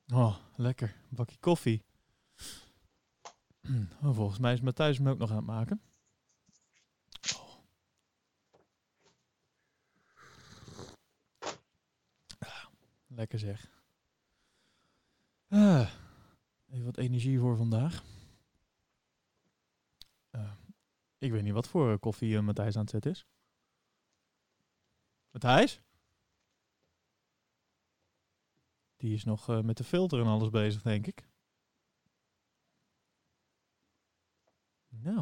Oh, lekker. Een bakje koffie. Oh, volgens mij is Matthijs hem ook nog aan het maken. Oh. Lekker zeg. Even wat energie voor vandaag. Ik weet niet wat voor koffie Matthijs aan het zetten is. Matthijs? Die is nog met de filter en alles bezig, denk ik. Nou.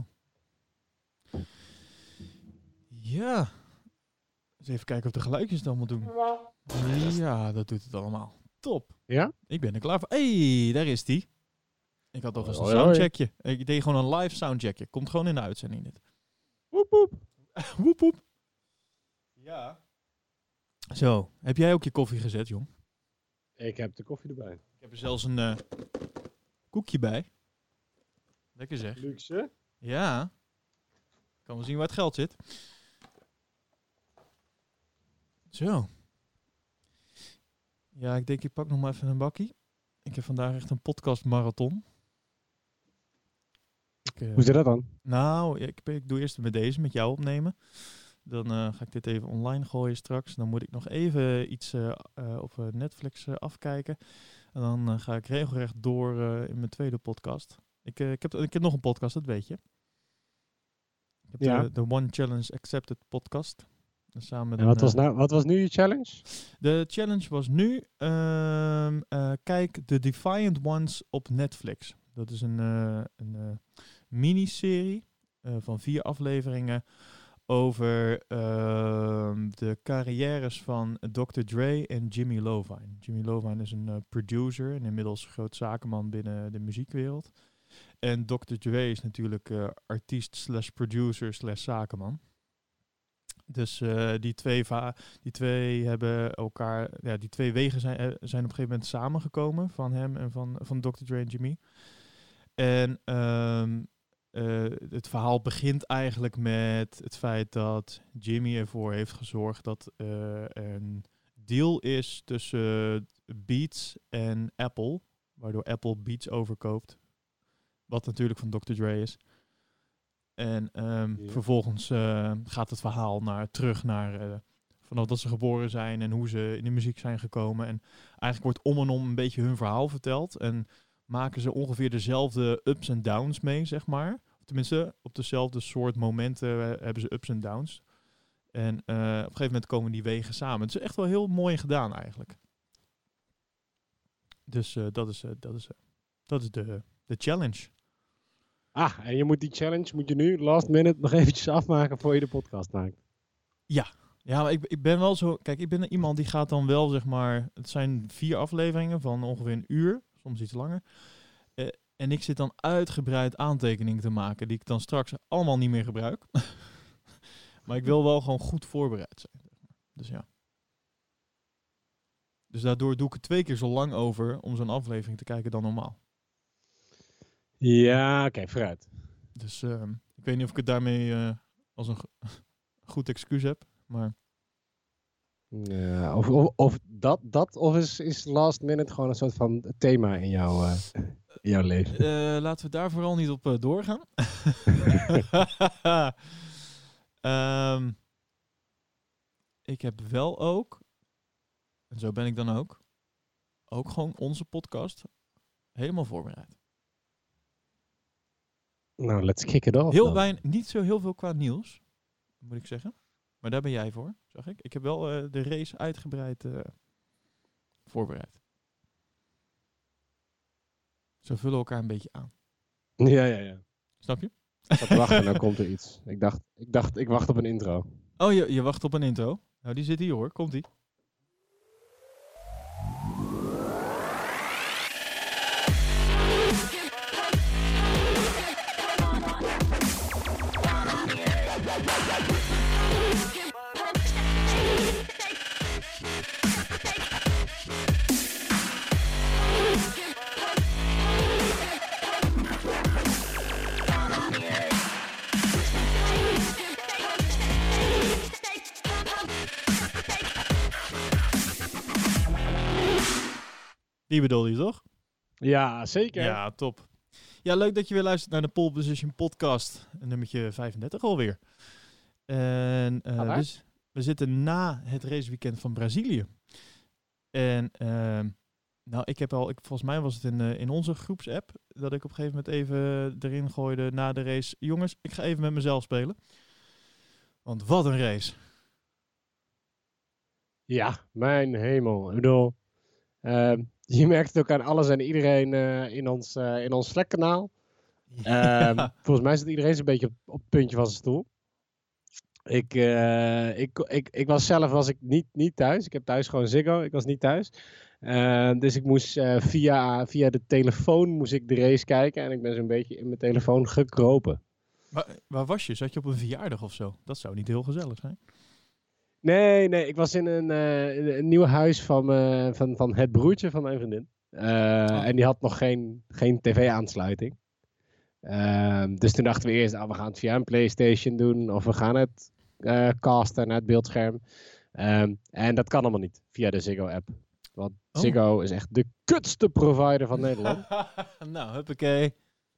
Ja. Eens even kijken of de geluidjes het allemaal doen. Ja, dat doet het allemaal. Top. Ja? Ik ben er klaar voor. Hey, daar is die. Ik had alvast een Hoi, hoi. soundcheckje. Ik deed gewoon een live soundcheckje. Komt gewoon in de uitzending dit. Woep woep. Woep woep. Ja. Zo, heb jij ook je koffie gezet, jong? Ik heb de koffie erbij. Ik heb er zelfs een koekje bij. Lekker zeg. Luxe. Ja. Kan wel zien waar het geld zit. Zo. Ja, ik denk ik pak nog maar even een bakkie. Ik heb vandaag echt een podcast marathon. Hoe zit dat dan? Nou, ik doe eerst met deze, met jou opnemen. Dan ga ik dit even online gooien straks. Dan moet ik nog even iets op Netflix afkijken. En dan ga ik regelrecht door in mijn tweede podcast. Ik heb nog een podcast, dat weet je. Ik heb de One Challenge Accepted podcast. Samen met En wat was nu je challenge? De challenge was nu, kijk The Defiant Ones op Netflix. Dat is een miniserie van 4 afleveringen over de carrières van Dr. Dre en Jimmy Iovine. Jimmy Iovine is een producer en inmiddels groot zakenman binnen de muziekwereld. En Dr. Dre is natuurlijk artiest / producer / zakenman. Dus die twee hebben elkaar, ja, die twee wegen zijn op een gegeven moment samengekomen van hem en van Dr. Dre en Jimmy. En het verhaal begint eigenlijk met het feit dat Jimmy ervoor heeft gezorgd dat een deal is tussen Beats en Apple, waardoor Apple Beats overkoopt, wat natuurlijk van Dr. Dre is. En vervolgens gaat het verhaal terug naar vanaf dat ze geboren zijn en hoe ze in de muziek zijn gekomen. En eigenlijk wordt om en om een beetje hun verhaal verteld. En maken ze ongeveer dezelfde ups en downs mee, zeg maar. Of tenminste, op dezelfde soort momenten hebben ze ups en downs. En op een gegeven moment komen die wegen samen. Het is echt wel heel mooi gedaan eigenlijk. Dus dat is de challenge. En je moet die challenge nu last minute nog eventjes afmaken voor je de podcast maakt. Ja, maar ik ben wel zo... Kijk, ik ben iemand die gaat dan wel, zeg maar... Het zijn 4 afleveringen van ongeveer 1 uur. Soms iets langer. En ik zit dan uitgebreid aantekeningen te maken... die ik dan straks allemaal niet meer gebruik. Maar ik wil wel gewoon goed voorbereid zijn. Dus ja. Dus daardoor doe ik er 2 keer zo lang over... om zo'n aflevering te kijken dan normaal. Ja, oké, vooruit. Dus ik weet niet of ik het daarmee als een goed excuus heb, maar... Ja, of is last minute gewoon een soort van thema in jouw leven? Laten we daar vooral niet op doorgaan. Ik heb wel ook, en zo ben ik dan ook gewoon onze podcast helemaal voorbereid. Nou, let's kick it off. Niet zo heel veel qua nieuws, moet ik zeggen. Maar daar ben jij voor, zag ik. Ik heb wel de race uitgebreid voorbereid. Zo vullen we elkaar een beetje aan. Ja. Snap je? Ik zat te wachten, nou komt er iets. Ik wacht op een intro. Oh, je wacht op een intro? Nou, die zit hier hoor. Komt-ie. Die bedoel je toch? Ja, zeker. Ja, top. Ja, leuk dat je weer luistert naar de Pole Position podcast. Nummertje 35 alweer. En we zitten na het raceweekend van Brazilië. En volgens mij was het in onze groepsapp dat ik op een gegeven moment even erin gooide na de race. Jongens, ik ga even met mezelf spelen. Want wat een race. Ja, mijn hemel. Ik bedoel, je merkt het ook aan alles en iedereen in ons Slack-kanaal. Volgens mij zit iedereen zo'n beetje op het puntje van zijn stoel. Ik was niet thuis. Ik heb thuis gewoon Ziggo. Ik was niet thuis. Dus ik moest via de telefoon moest ik de race kijken. En ik ben zo'n beetje in mijn telefoon gekropen. Waar was je? Zat je op een verjaardag of zo? Dat zou niet heel gezellig zijn. Nee. Ik was in een nieuw huis van het broertje van mijn vriendin. En die had nog geen tv-aansluiting. Dus toen dachten we eerst, we gaan het via een PlayStation doen. Of we gaan het casten naar het beeldscherm. En dat kan allemaal niet via de Ziggo-app. Want Ziggo is echt de kutste provider van Nederland. Nou, huppakee.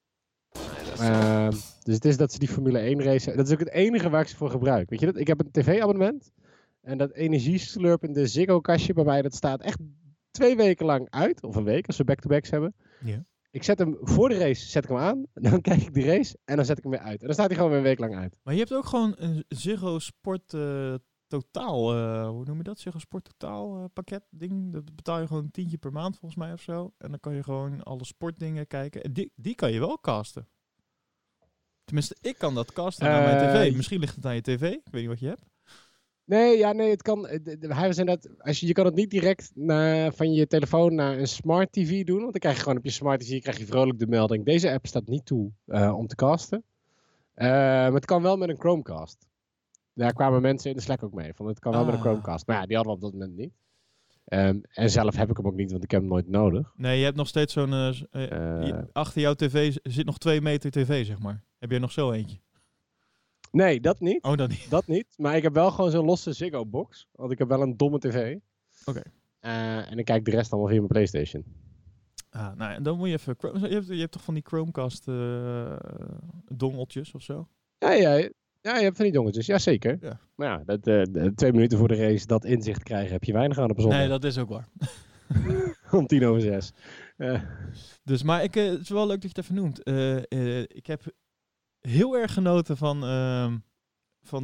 Dus het is dat ze die Formule 1 race... Dat is ook het enige waar ik ze voor gebruik. Weet je dat? Ik heb een tv-abonnement. En dat energieslurpende Ziggo-kastje bij mij, dat staat echt 2 weken lang uit. Of een week, als we back-to-backs hebben. Ja. Ik zet hem voor de race hem aan. Dan kijk ik de race en dan zet ik hem weer uit. En dan staat hij gewoon weer een week lang uit. Maar je hebt ook gewoon een Ziggo Sport Totaal, hoe noem je dat? Ziggo Sport Totaal pakket ding. Dat betaal je gewoon $10 per maand volgens mij of zo. En dan kan je gewoon alle sportdingen kijken. En die kan je wel casten. Tenminste, ik kan dat casten naar mijn tv. Misschien ligt het aan je tv. Ik weet niet wat je hebt. Nee, het kan. Hij was inderdaad, je kan het niet direct van je telefoon naar een smart TV doen. Want dan krijg je gewoon op je smart TV krijg je vrolijk de melding. Deze app staat niet toe om te casten. Maar het kan wel met een Chromecast. Daar kwamen mensen in de Slack ook mee. Van het kan wel met een Chromecast. Maar ja, die hadden we op dat moment niet. En zelf heb ik hem ook niet, want ik heb hem nooit nodig. Nee, je hebt nog steeds zo'n... achter jouw tv zit nog 2 meter tv, zeg maar. Heb jij nog zo eentje? Nee, dat niet. Oh, dat niet? Dat niet. Maar ik heb wel gewoon zo'n losse Ziggo-box. Want ik heb wel een domme tv. Oké. En ik kijk de rest allemaal via mijn PlayStation. Nou, en dan moet je even... Je hebt toch van die Chromecast dongeltjes of zo? Ja, je hebt van die dongetjes. Jazeker. Ja. Maar ja, 2 minuten voor de race dat inzicht krijgen heb je weinig aan op een zondag. Nee, dat is ook waar. Om 5:50. Dus, maar het is wel leuk dat je het even noemt. Ik heb heel erg genoten van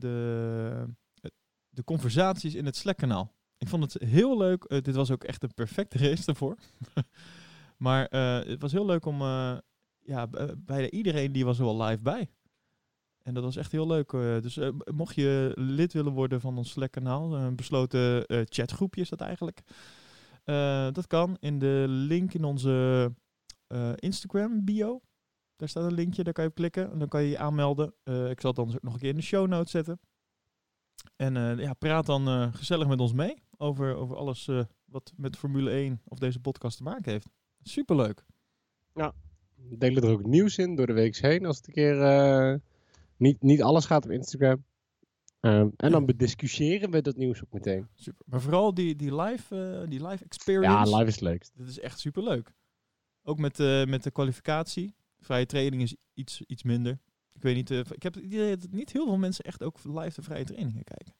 de conversaties in het Slack-kanaal. Ik vond het heel leuk. Dit was ook echt een perfecte race daarvoor. Maar het was heel leuk om... bijna iedereen die was er wel live bij. En dat was echt heel leuk. Dus mocht je lid willen worden van ons Slack-kanaal... een besloten chatgroepje is dat eigenlijk... dat kan in de link in onze Instagram bio. Daar staat een linkje, daar kan je op klikken. En dan kan je je aanmelden. Ik zal het dan ook nog een keer in de show notes zetten. En praat dan gezellig met ons mee. Over alles wat met Formule 1 of deze podcast te maken heeft. Superleuk. Ja, we delen er ook nieuws in door de week heen. Als het een keer niet alles gaat op Instagram. En dan bediscussiëren we dat nieuws ook meteen. Super. Maar vooral die live experience. Ja, live is het leukst. Dat is echt superleuk. Ook met de kwalificatie. Vrije training is iets minder. Ik weet niet, ik heb het idee dat niet heel veel mensen echt ook live de vrije trainingen kijken.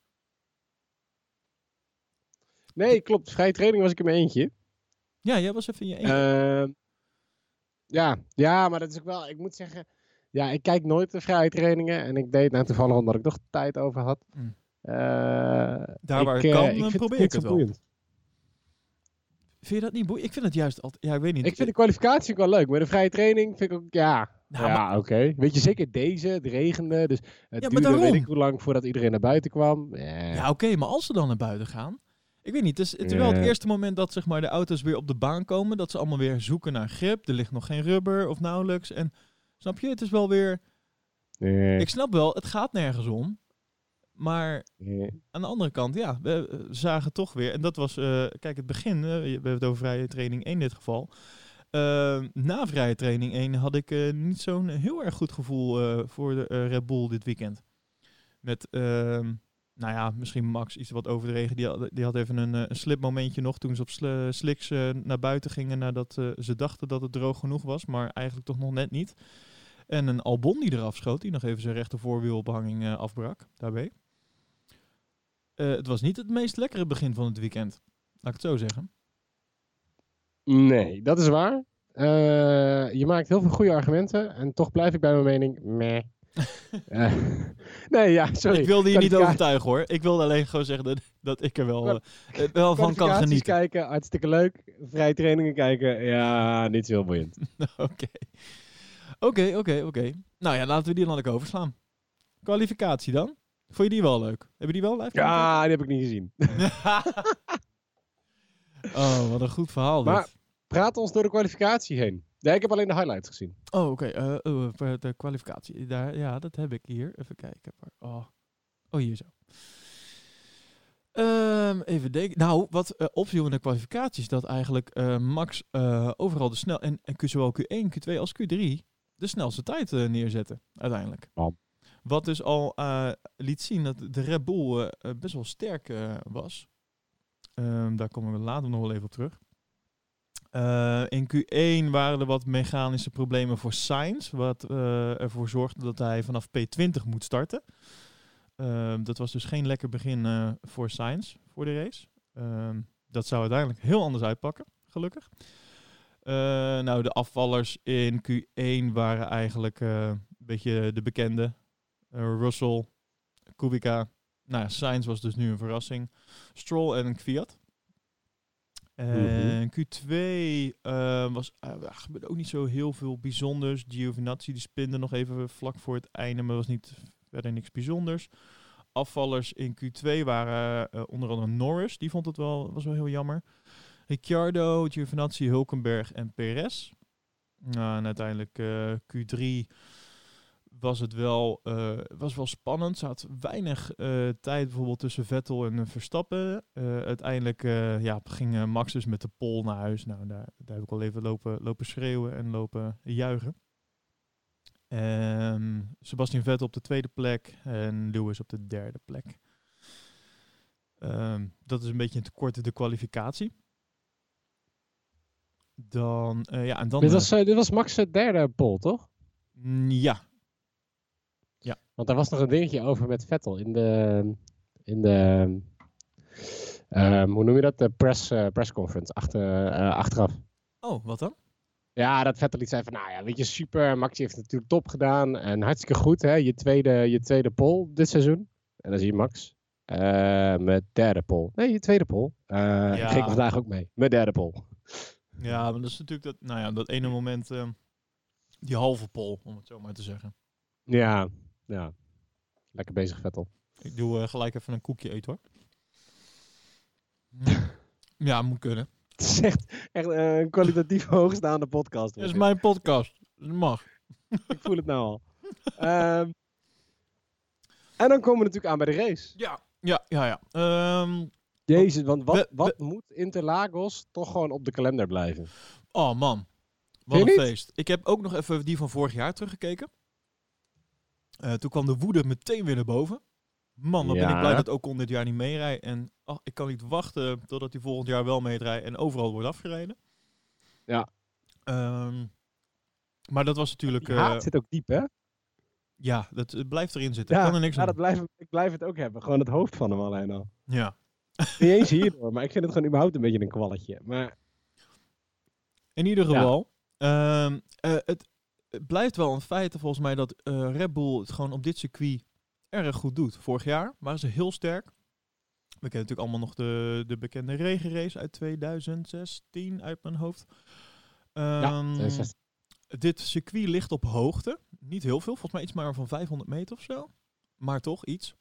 Nee, klopt. Vrije training was ik in mijn eentje. Ja, jij was even in je eentje. Ja, maar dat is ook wel, ik moet zeggen... Ja, ik kijk nooit de vrije trainingen. En ik deed het toevallig omdat ik nog tijd over had. Daar waar ik kan, probeer ik het wel. Boeiend. Vind je dat niet boeiend? Ik vind het juist altijd... Ja, ik weet niet. Ik vind de kwalificatie ook wel leuk. Maar de vrije training vind ik ook... Oké. Weet je, zeker deze. Het regende. Dus het duurde weet ik hoe lang voordat iedereen naar buiten kwam. Ja, oké. Maar als ze dan naar buiten gaan... Ik weet niet. Het is wel het eerste moment dat zeg maar, de auto's weer op de baan komen. Dat ze allemaal weer zoeken naar grip. Er ligt nog geen rubber of nauwelijks. En snap je? Het is wel weer... Ik snap wel, het gaat nergens om. Maar aan de andere kant, ja, we zagen toch weer... En dat was, kijk, het begin. We hebben het over vrije training 1 in dit geval. Na vrije training 1 had ik niet zo'n heel erg goed gevoel voor de Red Bull dit weekend. Met nou ja, misschien Max iets wat overdreven. Die had even een slipmomentje nog toen ze op slicks naar buiten gingen nadat ze dachten dat het droog genoeg was, maar eigenlijk toch nog net niet. En een Albon die eraf schoot, die nog even zijn rechter voorwielophanging afbrak, daarbij. Het was niet het meest lekkere begin van het weekend, laat ik het zo zeggen. Nee, dat is waar. Je maakt heel veel goede argumenten en toch blijf ik bij mijn mening, meh. Nee, ja, sorry. Ik wilde je niet overtuigen hoor. Ik wilde alleen gewoon zeggen dat ik er wel van kan genieten. Kijken, hartstikke leuk. Vrije trainingen kijken, ja, niet zo heel boeiend. Oké. Nou ja, laten we die dan ook overslaan. Kwalificatie dan? Vond je die wel leuk? Heb je die wel live? Ja, die heb ik niet gezien. Oh, wat een goed verhaal dit. Maar praat ons door de kwalificatie heen. Nee, ik heb alleen de highlights gezien. Oh, oké. De kwalificatie. Ja, dat heb ik hier. Even kijken. Oh hier zo. Even denken. Nou, wat opviel in de kwalificatie is dat eigenlijk Max overal de snel... En zowel Q1, Q2 als Q3 de snelste tijd neerzetten, uiteindelijk. Oh. Wat dus al liet zien dat de Red Bull best wel sterk was. Daar komen we later nog wel even op terug. In Q1 waren er wat mechanische problemen voor Sainz, wat ervoor zorgde dat hij vanaf P20 moet starten. Dat was dus geen lekker begin voor Sainz voor de race. Dat zou uiteindelijk heel anders uitpakken, gelukkig. Nou, de afvallers in Q1 waren eigenlijk een beetje de bekende. Russell, Kubica. Nou ja, Sainz was dus nu een verrassing. Stroll en Kvyat. Q2 gebeurde ook niet zo heel veel bijzonders. Giovinazzi die spinde nog even vlak voor het einde, maar was niet verder niks bijzonders. Afvallers in Q2 waren onder andere Norris, die vond het was wel heel jammer. Ricciardo, Giovinazzi, Hülkenberg en Perez. En uiteindelijk Q3 was het was wel spannend. Ze had weinig tijd bijvoorbeeld tussen Vettel en Verstappen. Uiteindelijk ging Max dus met de pole naar huis. Nou, daar heb ik al even lopen schreeuwen en lopen juichen. Sebastian Vettel op de tweede plek en Lewis op de derde plek. Dat is een beetje in het kort de kwalificatie. Dit was Max' derde pole, toch? Ja. Want daar was nog een dingetje over met Vettel in de hoe noem je dat? De press conference achteraf. Oh, wat dan? Ja, dat Vettel iets zei van, nou ja, weet je, super. Max heeft het natuurlijk top gedaan en hartstikke goed, hè? Je tweede pole dit seizoen. En dan zie je Max met derde pole. Nee, je tweede pole. Ik ging vandaag ook mee. Met derde pole. Ja, maar dat is natuurlijk dat ene moment, die halve pole, om het zo maar te zeggen. Ja. Lekker bezig, Vettel. Ik doe gelijk even een koekje eten, hoor. Ja, moet kunnen. Het is echt een kwalitatief hoogstaande podcast. Het is mijn podcast. Dat mag. Ik voel het nou al. En dan komen we natuurlijk aan bij de race. Ja. Jezus, want wat moet Interlagos toch gewoon op de kalender blijven? Oh man, wat een feest. Ik heb ook nog even die van vorig jaar teruggekeken. Toen kwam de woede meteen weer naar boven. Man, dan ben ik blij dat Ocon dit jaar niet meerijdt. En ik kan niet wachten totdat hij volgend jaar wel meerijdt en overal wordt afgereden. Ja. Maar dat was natuurlijk... het zit ook diep, hè? Ja, het blijft erin zitten. Ik kan er niks aan. Ik blijf het ook hebben. Gewoon het hoofd van hem alleen al. Ja. Niet eens hierdoor, maar ik vind het gewoon überhaupt een beetje een kwalletje. Maar... In ieder geval, het blijft wel een feit volgens mij dat Red Bull het gewoon op dit circuit erg goed doet. Vorig jaar waren ze heel sterk. We kennen natuurlijk allemaal nog de bekende regenrace uit 2016 uit mijn hoofd. Dit circuit ligt op hoogte. Niet heel veel, volgens mij iets maar van 500 meter of zo. Maar toch iets.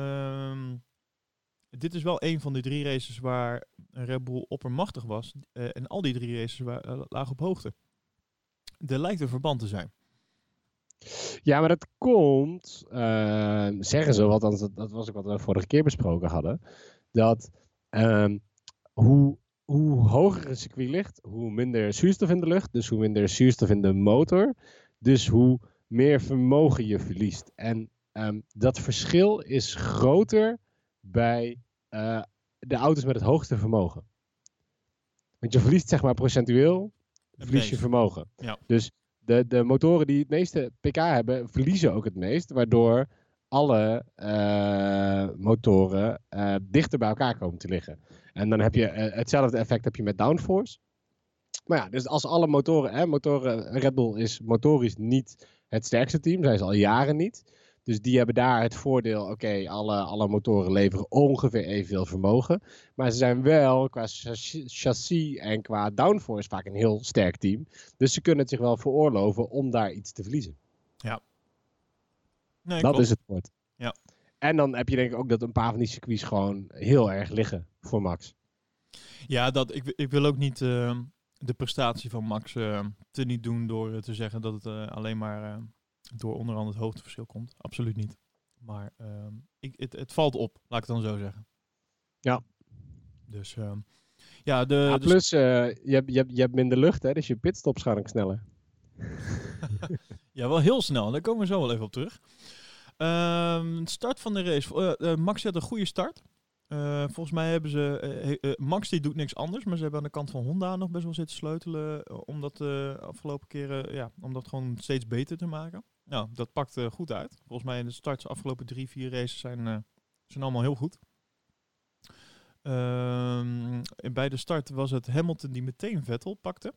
Dit is wel een van de 3 races waar Red Bull oppermachtig was. En al die 3 races lagen op hoogte. Er lijkt een verband te zijn. Ja, maar dat komt, zeggen ze, althans dat was ook wat we vorige keer besproken hadden, dat hoe hoger een circuit ligt, hoe minder zuurstof in de lucht, dus hoe minder zuurstof in de motor, dus hoe meer vermogen je verliest. En dat verschil is groter bij de auto's met het hoogste vermogen. Want je verliest zeg maar procentueel, verlies je vermogen. Ja. Dus de motoren die het meeste pk hebben, verliezen ook het meest, waardoor alle motoren dichter bij elkaar komen te liggen. En dan heb je hetzelfde effect heb je met downforce. Maar ja, dus als alle motoren, Red Bull is motorisch niet het sterkste team, zijn ze al jaren niet. Dus die hebben daar het voordeel, oké, alle motoren leveren ongeveer evenveel vermogen. Maar ze zijn wel qua chassis en qua downforce vaak een heel sterk team. Dus ze kunnen het zich wel veroorloven om daar iets te verliezen. Ja. Nee, Dat klopt. is het woord. Ja. En dan heb je denk ik ook dat een paar van die circuits gewoon heel erg liggen voor Max. Ja, ik wil ook niet de prestatie van Max te niet doen door te zeggen dat het alleen maar door onder andere het hoogteverschil komt. Absoluut niet. Maar het valt op, laat ik het dan zo zeggen. Ja. Dus Plus, je hebt minder lucht, hè, dus je pitstops gaan ook sneller. Ja, wel heel snel. Daar komen we zo wel even op terug. Start van de race. Max had een goede start. Volgens mij hebben ze... Max die doet niks anders, maar ze hebben aan de kant van Honda nog best wel zitten sleutelen om dat afgelopen keren, om dat gewoon steeds beter te maken. Nou, dat pakt goed uit. Volgens mij in de starts de afgelopen 3-4 races zijn allemaal heel goed. Bij de start was het Hamilton die meteen Vettel pakte.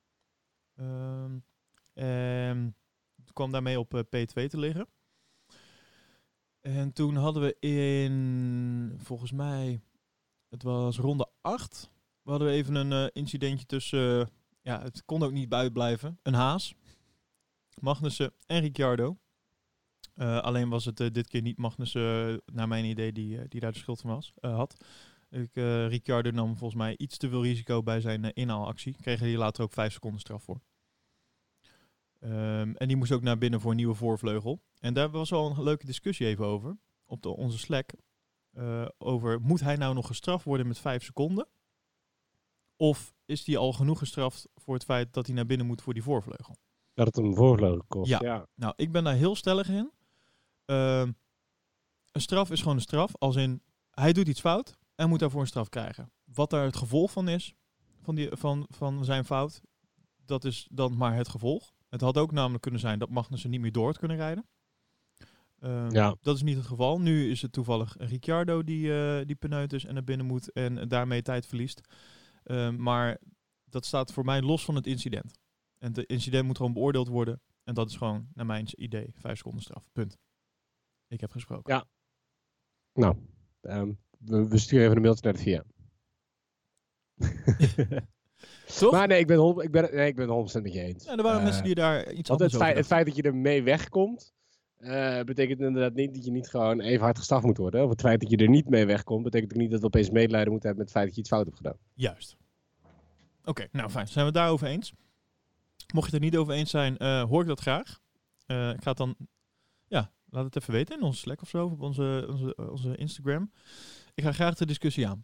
En kwam daarmee op P2 te liggen. En toen hadden we volgens mij, het was ronde 8. We hadden even een incidentje tussen, het kon ook niet buiten blijven. Een Haas, Magnussen en Ricciardo. Alleen was het dit keer niet Magnussen, naar mijn idee, die daar de schuld van had. Ricciardo nam volgens mij iets te veel risico bij zijn inhaalactie. Kreeg hij later ook 5 seconden straf voor. En die moest ook naar binnen voor een nieuwe voorvleugel. En daar was al een leuke discussie even over. Op onze Slack. Over, moet hij nou nog gestraft worden met 5 seconden? Of is hij al genoeg gestraft voor het feit dat hij naar binnen moet voor die voorvleugel? Dat het een voorvleugel kost, ja. Nou, ik ben daar heel stellig in. Een straf is gewoon een straf. Als in, hij doet iets fout en moet daarvoor een straf krijgen. Wat daar het gevolg van is, van zijn fout, dat is dan maar het gevolg. Het had ook namelijk kunnen zijn dat Magnussen niet meer door had kunnen rijden. Dat is niet het geval. Nu is het toevallig Ricciardo die peneut is en naar binnen moet en daarmee tijd verliest. Maar dat staat voor mij los van het incident. En het incident moet gewoon beoordeeld worden. En dat is gewoon, naar mijn idee, 5 seconden straf. Punt. Ik heb gesproken. Ja. Nou, we sturen even een mailtje naar de VIA. Toch? Maar nee, ik ben 100% met je eens. Ja, er waren mensen die daar iets want anders over het feit dat je ermee wegkomt, betekent inderdaad niet dat je niet gewoon even hard gestraft moet worden. Of het feit dat je er niet mee wegkomt, betekent ook niet dat we opeens medelijden moeten hebben met het feit dat je iets fout hebt gedaan. Juist. Oké, nou fijn. Zijn we het daarover eens? Mocht je het er niet over eens zijn, hoor ik dat graag. Ik ga het dan, laat het even weten in onze Slack of zo, op onze Instagram. Ik ga graag de discussie aan.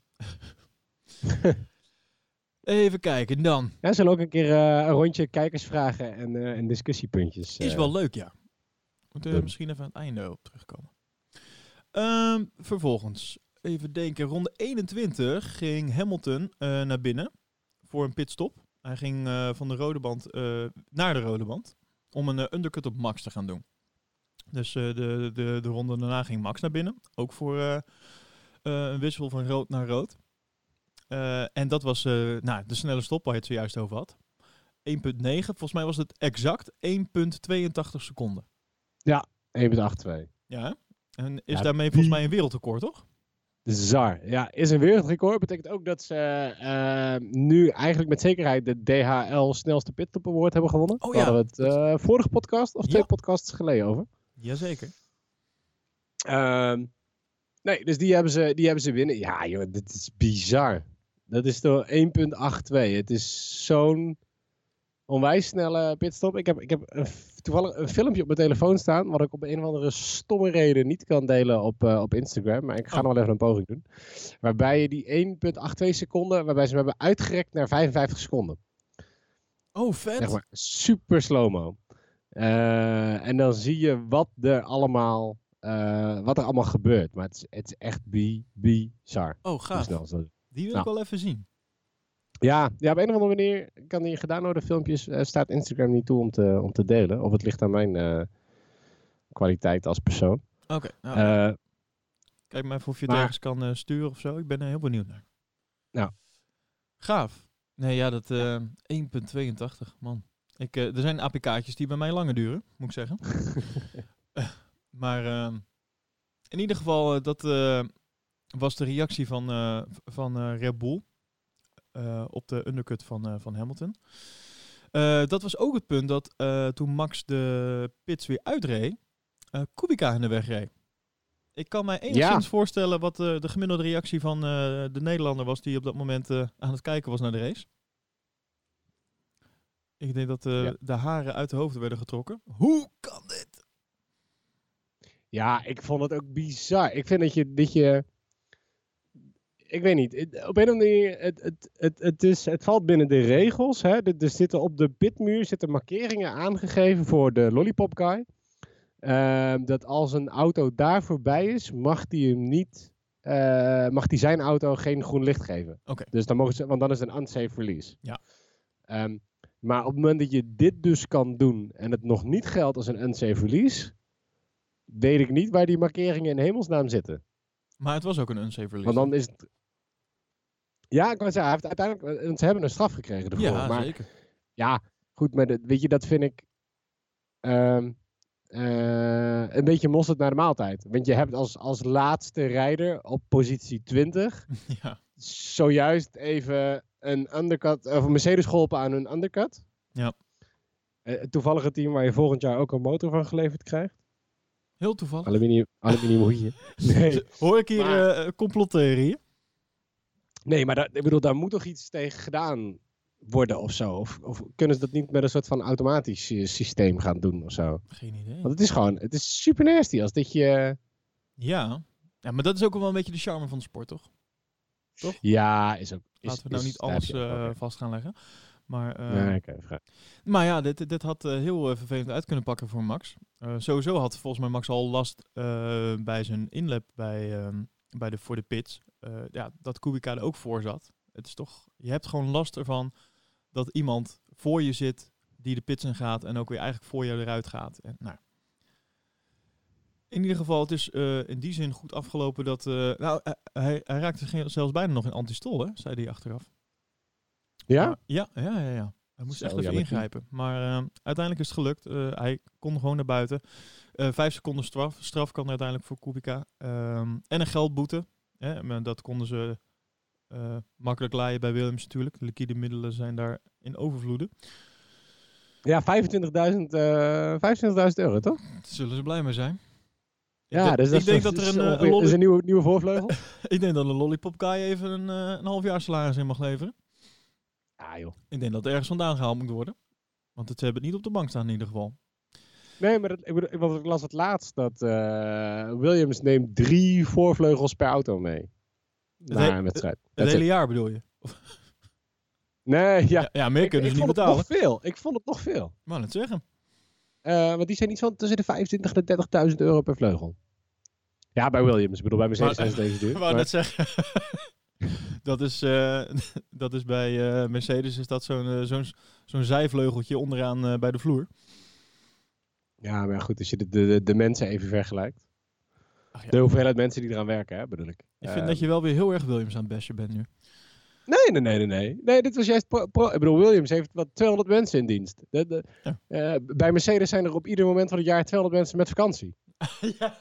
Even kijken, dan. Ja, zullen we ook een keer een rondje kijkersvragen en discussiepuntjes. Is wel leuk, ja. Moeten we misschien even aan het einde op terugkomen. Vervolgens, even denken. Ronde 21 ging Hamilton naar binnen voor een pitstop. Hij ging van de rode band naar de rode band om een undercut op Max te gaan doen. Dus de ronde daarna ging Max naar binnen. Ook voor een wissel van rood naar rood. En dat was de snelle stop waar je het zojuist over had. 1.9. Volgens mij was het exact 1.82 seconden. Ja, 1.82. Ja, en is daarmee volgens mij een wereldrecord, toch? Bizar. Ja, is een wereldrecord. Betekent ook dat ze nu eigenlijk met zekerheid de DHL snelste pitstop award hebben gewonnen. Oh, daar hadden we het vorige podcast of 2 podcasts geleden over. Jazeker. Nee, dus die hebben ze winnen. Ja, joh, dit is bizar. Dat is toch 1.82. Het is zo'n onwijs snelle pitstop. Ik heb toevallig een filmpje op mijn telefoon staan, wat ik op een of andere stomme reden niet kan delen op Instagram. Maar ik ga nog wel even een poging doen. Waarbij je die 1.82 seconden, waarbij ze hem hebben uitgerekt naar 55 seconden. Oh, vet. Zeg maar, super slow-mo. En dan zie je wat er allemaal wat er allemaal gebeurt. Maar het is echt bizar. Oh, Hoe gaaf. snel ze dat doen. Die wil Nou. ik wel even zien. Ja, op een of andere manier kan die gedownloade filmpjes, staat Instagram niet toe om te delen. Of het ligt aan mijn kwaliteit als persoon. Oké. Nou, kijk maar even of je het maar- ergens kan sturen of zo. Ik ben er heel benieuwd naar. Nou. Gaaf. Nee, ja, dat 1.82, man. Er zijn APK'tjes die bij mij langer duren, moet ik zeggen. Maar in ieder geval, dat was de reactie van Red Bull op de undercut van Hamilton. Dat was ook het punt dat toen Max de pits weer uitreed, Kubica in de weg reed. Ik kan mij enigszins voorstellen wat de gemiddelde reactie van de Nederlander was die op dat moment aan het kijken was naar de race. Ik denk dat de haren uit de hoofden werden getrokken. Hoe kan dit? Ja, ik vond het ook bizar. Ik vind dat je ik weet niet. Op een of andere manier, het valt binnen de regels. Hè? Er zitten op de pitmuur markeringen aangegeven voor de lollipop guy. Dat als een auto daar voorbij is, mag die zijn auto geen groen licht geven. Oké. Dus want dan is het een unsafe release. Ja. Maar op het moment dat je dit dus kan doen en het nog niet geldt als een unsafe release, weet ik niet waar die markeringen in hemelsnaam zitten. Maar het was ook een unsafe release. Want dan is het... Ja, ik kan zeggen, hij heeft uiteindelijk... Ze hebben een straf gekregen ervoor. Ja, maar, zeker. Ja, goed, maar weet je, dat vind ik... een beetje mosterd naar de maaltijd. Want je hebt als laatste rijder op positie 20... Ja. zojuist even een undercut... of een Mercedes geholpen aan een undercut. Ja. Toevallig het team waar je volgend jaar ook een motor van geleverd krijgt. Heel toevallig. Aluminium hoedje. Nee. Hoor ik hier complotteren hier? Nee, maar ik bedoel, daar moet toch iets tegen gedaan worden of zo? Of kunnen ze dat niet met een soort van automatisch systeem gaan doen of zo? Geen idee. Want het is super nasty als dit je... Ja, maar dat is ook wel een beetje de charme van de sport, toch? Toch? Ja, is ook... Laten we nou niet alles vast gaan leggen. Maar, nee, oké. Maar ja, dit had heel vervelend uit kunnen pakken voor Max. Sowieso had volgens mij Max al last bij zijn inlap voor de pits. Dat Kubica er ook voor zat. Het is toch, je hebt gewoon last ervan dat iemand voor je zit die de pits in gaat en ook weer eigenlijk voor je eruit gaat. En, nou. In ieder geval, het is in die zin goed afgelopen dat... hij raakte zelfs bijna nog in antistol, hè, zei hij achteraf. Ja? Maar, ja. Hij moest echt even ingrijpen. Maar uiteindelijk is het gelukt. Hij kon gewoon naar buiten. 5 seconden straf kan uiteindelijk voor Kubica. En een geldboete. Maar dat konden ze makkelijk laaien bij Williams natuurlijk. De liquide middelen zijn daar in overvloeden. Ja, 25.000 euro, toch? Daar zullen ze blij mee zijn. Ja, dus ik denk dat er een nieuwe voorvleugel. Ik denk dat een lollipop guy even een half jaar salaris in mag leveren. Ja, joh. Ik denk dat er ergens vandaan gehaald moet worden. Want ze hebben het niet op de bank staan in ieder geval. Nee, maar ik las het laatst dat Williams neemt 3 voorvleugels per auto mee. Na een wedstrijd. Het hele jaar bedoel je? Nee, ja. Ja, meer kunnen ze niet betalen. Ik vond het nog veel. Maar net zeggen. Want die zijn iets van tussen de 25.000 en 30.000 euro per vleugel. Ja, bij Williams. Ik bedoel, bij Mercedes zijn ze deze duur. Ik wou net zeggen. dat is bij Mercedes is dat zo'n zijvleugeltje onderaan bij de vloer. Ja, maar goed, als je de mensen even vergelijkt. Ach, ja. De hoeveelheid mensen die eraan werken, hè, bedoel ik. Ik vind dat je wel weer heel erg Williams aan het bashen bent nu. Nee. Nee, dit was juist ik bedoel, Williams heeft 200 mensen in dienst. Bij Mercedes zijn er op ieder moment van het jaar 200 mensen met vakantie. Ja.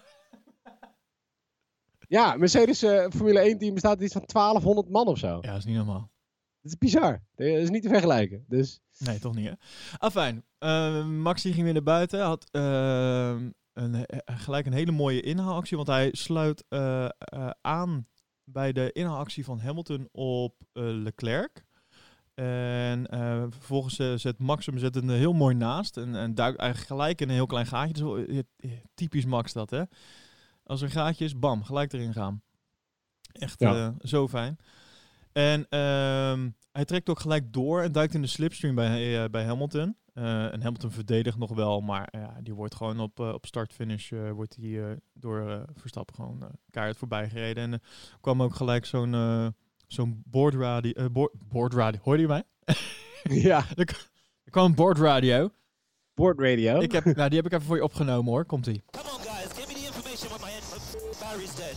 Ja, Mercedes Formule 1 team bestaat uit iets van 1200 man of zo. Ja, dat is niet normaal. Dat is bizar. Dat is niet te vergelijken. Dus... Nee, toch niet, hè? Afijn, Max die ging weer naar buiten. Had gelijk een hele mooie inhaalactie. Want hij sluit aan bij de inhaalactie van Hamilton op Leclerc. En vervolgens zet Max hem een heel mooi naast. En duikt eigenlijk gelijk in een heel klein gaatje. Dus, typisch Max dat, hè? Als er een gaatje is, bam, gelijk erin gaan. Echt zo fijn. En hij trekt ook gelijk door en duikt in de slipstream bij Hamilton. En Hamilton verdedigt nog wel, maar die wordt gewoon op start-finish wordt die, door Verstappen gewoon keihard voorbij gereden. En kwam ook gelijk zo'n boordradio. Boordradio, hoorde je mij? Ja. Er kwam een boordradio. Boordradio? Die heb ik even voor je opgenomen hoor, komt-ie. Come on guys, give me the information when my battery's dead.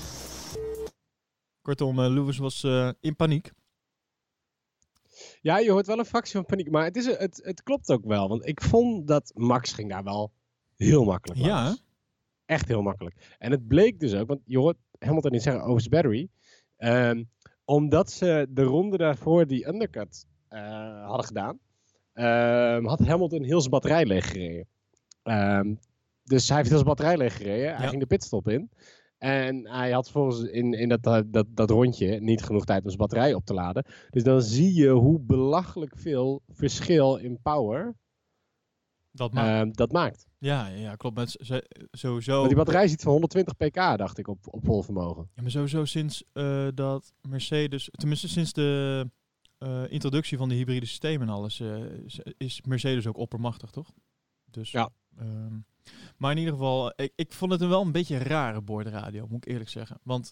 Kortom, Lewis was in paniek. Ja, je hoort wel een fractie van paniek. Maar het klopt ook wel. Want ik vond dat Max ging daar wel heel makkelijk langs. Ja. Echt heel makkelijk. En het bleek dus ook, want je hoort Hamilton niet zeggen over zijn battery. Omdat ze de ronde daarvoor die undercut hadden gedaan. Had Hamilton heel zijn batterij leeggereden. Dus hij heeft heel zijn batterij leeggereden. Hij ging de pitstop in. En hij had volgens in dat rondje niet genoeg tijd om zijn batterij op te laden. Dus dan zie je hoe belachelijk veel verschil in power dat maakt. Ja, klopt. Met sowieso. Want die batterij zit van 120 pk, dacht ik, op vol vermogen. Ja, maar sowieso sinds dat Mercedes, tenminste sinds de introductie van de hybride systemen en alles, is Mercedes ook oppermachtig, toch? Dus, ja. Maar in ieder geval, ik vond het wel een beetje een rare boordradio, moet ik eerlijk zeggen. Want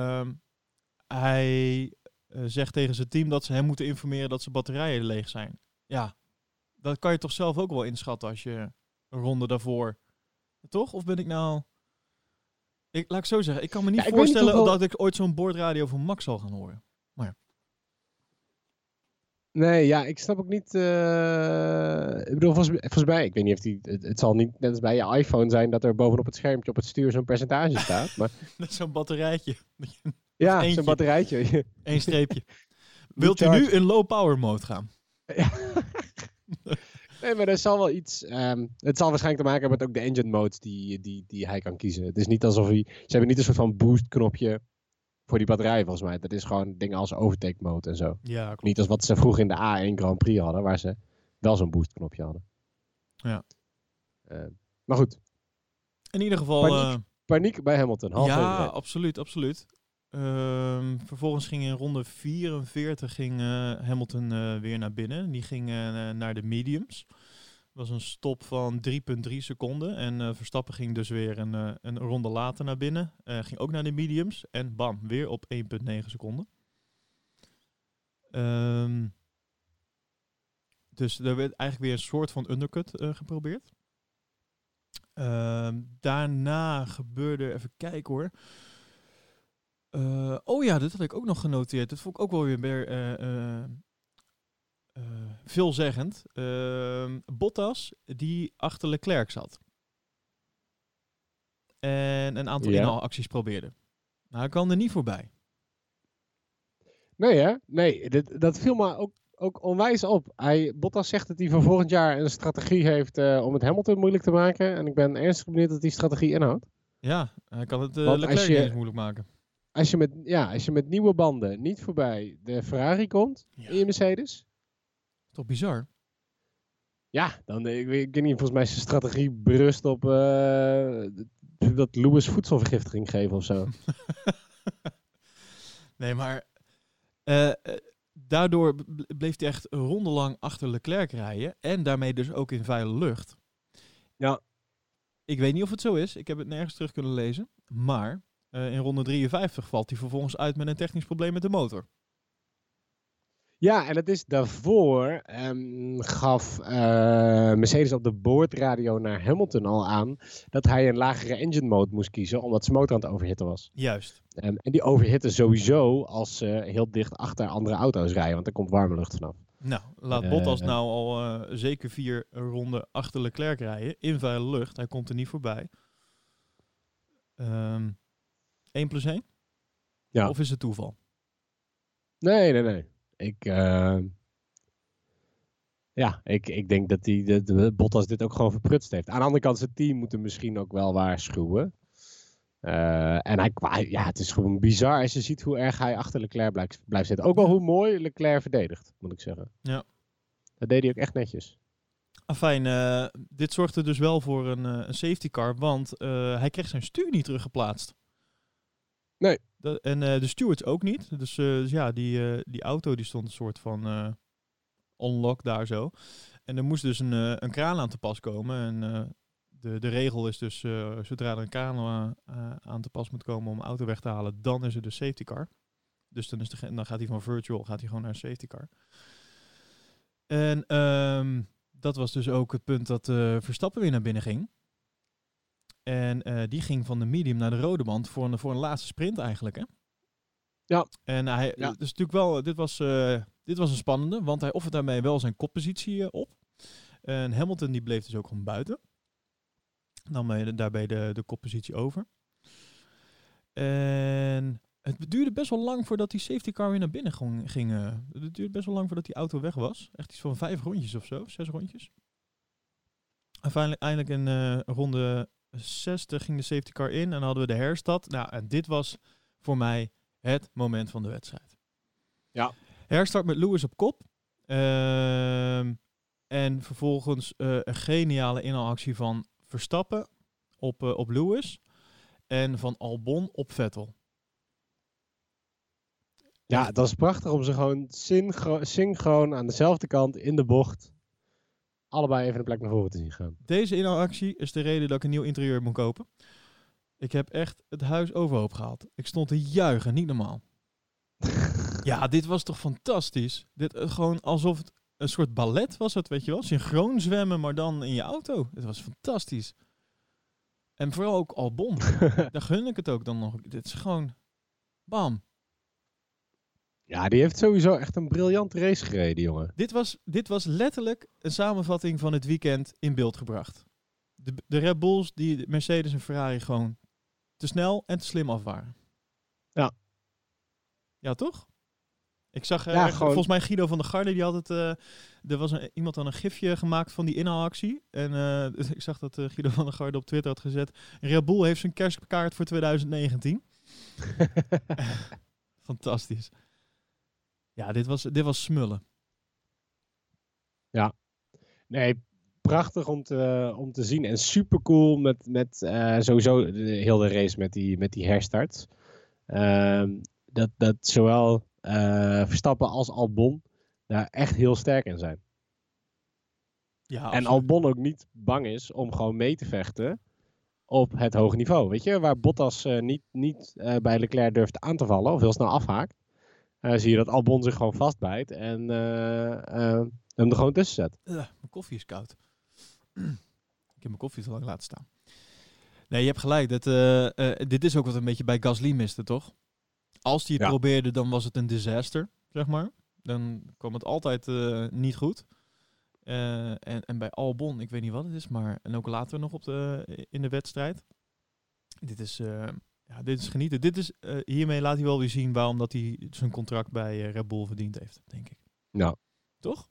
hij zegt tegen zijn team dat ze hem moeten informeren dat zijn batterijen leeg zijn. Ja, dat kan je toch zelf ook wel inschatten als je een ronde daarvoor... Toch? Of ben ik nou... Laat ik zo zeggen, ik kan me niet voorstellen dat ik ooit zo'n boordradio van Max zal gaan horen. Maar ja. Nee, ja, ik snap ook niet... ik bedoel, volgens mij, ik weet niet of die... Het zal niet net als bij je iPhone zijn dat er bovenop het schermpje op het stuur zo'n percentage staat. Maar... Dat is zo'n batterijtje. Ja, zo'n batterijtje. Eén streepje. Wilt u nu in low power mode gaan? Ja. Nee, maar er zal wel iets... het zal waarschijnlijk te maken hebben met ook de engine modes die hij kan kiezen. Het is niet alsof hij... Ze hebben niet een soort van boost knopje voor die batterij volgens mij. Dat is gewoon dingen als overtake mode en zo. Ja, klopt. Niet als wat ze vroeger in de A1 Grand Prix hadden, waar ze wel zo'n boost knopje hadden. Ja. Maar goed. In ieder geval... Paniek bij Hamilton. Ja, absoluut. Vervolgens ging in ronde 44 Hamilton weer naar binnen. Die ging naar de mediums. Dat was een stop van 3,3 seconden. En Verstappen ging dus weer een ronde later naar binnen. Ging ook naar de mediums. En bam, weer op 1,9 seconden. Dus er werd eigenlijk weer een soort van undercut geprobeerd. Daarna gebeurde... Even kijken hoor. Dit had ik ook nog genoteerd. Dat vond ik ook wel weer veelzeggend. Bottas, die achter Leclerc zat. En een aantal inhaalacties probeerde. Nou, hij kwam er niet voorbij. Nee hè? Nee, dat viel me ook onwijs op. Bottas zegt dat hij voor volgend jaar een strategie heeft om het Hamilton moeilijk te maken. En ik ben ernstig benieuwd wat die strategie inhoudt. Ja, hij kan het Leclerc niet eens moeilijk maken. Als je met nieuwe banden niet voorbij de Ferrari komt in je Mercedes. Toch bizar? Ja, dan ik weet niet, volgens mij is de strategie berust op dat Lewis voedselvergiftiging geven of zo. Nee, maar daardoor bleef hij echt rondelang achter Leclerc rijden en daarmee dus ook in vuile lucht. Ja. Ik weet niet of het zo is, ik heb het nergens terug kunnen lezen, maar in ronde 53 valt hij vervolgens uit met een technisch probleem met de motor. Ja, en het is daarvoor gaf Mercedes op de boordradio naar Hamilton al aan dat hij een lagere engine mode moest kiezen omdat zijn motor aan het overhitten was. Juist. En die overhitten sowieso als ze heel dicht achter andere auto's rijden, want er komt warme lucht vanaf. Nou, laat Bottas nou al zeker 4 ronden achter Leclerc rijden in vuile lucht. Hij komt er niet voorbij. 1+1? Ja. Of is het toeval? Nee. Ik denk dat de Bottas dit ook gewoon verprutst heeft. Aan de andere kant, zijn team moet hem misschien ook wel waarschuwen. Het is gewoon bizar als je ziet hoe erg hij achter Leclerc blijft zitten. Ook wel hoe mooi Leclerc verdedigt, moet ik zeggen. Ja. Dat deed hij ook echt netjes. Afijn, dit zorgde dus wel voor een safety car, want hij kreeg zijn stuur niet teruggeplaatst. Nee. En de stewards ook niet. Dus ja, die auto die stond een soort van on-lock daar zo. En er moest dus een kraan aan te pas komen. En de regel is dus, zodra er een kraan aan te pas moet komen om een auto weg te halen, dan is er de safety car. Dus dan gaat hij van virtual gewoon naar een safety car. En dat was dus ook het punt dat Verstappen weer naar binnen ging. En die ging van de medium naar de rode band voor een laatste sprint eigenlijk, hè? Ja. En dus natuurlijk wel, dit was een spannende, want hij offert daarmee wel zijn koppositie op. En Hamilton die bleef dus ook gewoon buiten. Dan daarbij de koppositie over. En het duurde best wel lang voordat die safety car weer naar binnen ging. Het duurde best wel lang voordat die auto weg was. Echt iets van 5 rondjes of zo, 6 rondjes. Uiteindelijk in ronde 60 ging de safety car in en hadden we de herstart. Nou, en dit was voor mij het moment van de wedstrijd. Ja. Herstart met Lewis op kop. En vervolgens een geniale inhaalactie van Verstappen op Lewis. En van Albon op Vettel. Ja, dat is prachtig om ze gewoon synchroon aan dezelfde kant in de bocht allebei even een plek naar voren te zien gaan. Deze inhaalactie is de reden dat ik een nieuw interieur moet kopen. Ik heb echt het huis overhoop gehaald. Ik stond te juichen, niet normaal. Ja, dit was toch fantastisch. Dit gewoon alsof het een soort ballet was het, weet je wel. Synchroon zwemmen, maar dan in je auto. Het was fantastisch. En vooral ook Albon. Daar gun ik het ook dan nog. Dit is gewoon bam. Ja, die heeft sowieso echt een briljante race gereden, jongen. Dit was letterlijk een samenvatting van het weekend in beeld gebracht. De Red Bulls, die Mercedes en Ferrari gewoon te snel en te slim af waren. Ja. Ja, toch? Ik zag gewoon... volgens mij Guido van der Garde, die had het... er was iemand dan een gifje gemaakt van die inhaalactie. En ik zag dat Guido van der Garde op Twitter had gezet. Red Bull heeft zijn kerstkaart voor 2019. Fantastisch. Ja, dit was smullen. Ja. Nee, prachtig om te zien. En super cool met sowieso heel de race met die herstarts. Dat zowel Verstappen als Albon daar echt heel sterk in zijn. Ja, en Albon ook niet bang is om gewoon mee te vechten op het hoge niveau. Weet je, waar Bottas niet bij Leclerc durft aan te vallen of heel snel afhaakt. Zie je dat Albon zich gewoon vastbijt en hem er gewoon tussen zet. Mijn koffie is koud. Ik heb mijn koffie te lang laten staan. Nee, je hebt gelijk. Dit is ook wat een beetje bij Gasly miste, toch? Als hij het probeerde, dan was het een disaster, zeg maar. Dan kwam het altijd niet goed. En bij Albon, ik weet niet wat het is, maar... En ook later nog in de wedstrijd. Dit is genieten. Hiermee laat hij wel weer zien waarom dat hij zijn contract bij Red Bull verdiend heeft, denk ik. Ja. Toch?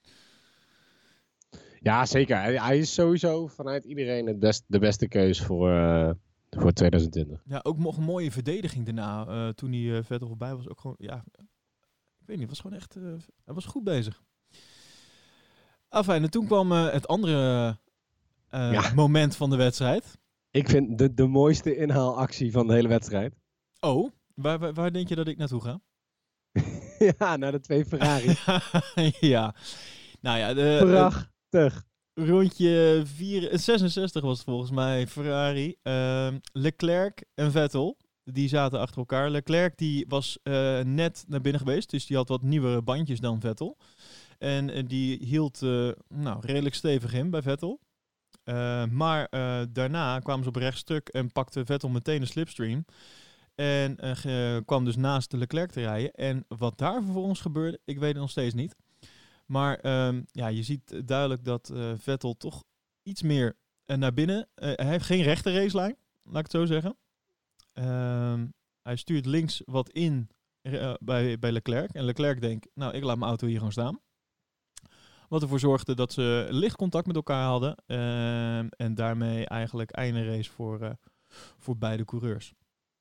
Ja, zeker. Hij is sowieso vanuit iedereen de beste keus voor 2020. Ja, ook nog een mooie verdediging daarna. Toen hij verder voorbij was. Ook gewoon, ja, ik weet niet, was gewoon echt... hij was goed bezig. Fijn. En toen kwam het andere moment van de wedstrijd. Ik vind de mooiste inhaalactie van de hele wedstrijd. Oh, waar denk je dat ik naartoe ga? Ja, naar de 2 Ferrari. Ja. Nou ja, prachtig. Rondje 66 was het volgens mij, Ferrari. Leclerc en Vettel, die zaten achter elkaar. Leclerc die was net naar binnen geweest, dus die had wat nieuwere bandjes dan Vettel. En die hield redelijk stevig in bij Vettel. Maar daarna kwamen ze op rechtstuk en pakte Vettel meteen een slipstream. En kwam dus naast de Leclerc te rijden. En wat daar vervolgens gebeurde, ik weet het nog steeds niet. Maar je ziet duidelijk dat Vettel toch iets meer naar binnen... hij heeft geen rechte racelijn, laat ik het zo zeggen. Hij stuurt links wat in bij Leclerc. En Leclerc denkt, nou, ik laat mijn auto hier gewoon staan. Wat ervoor zorgde dat ze licht contact met elkaar hadden. En daarmee eigenlijk einde race voor beide coureurs.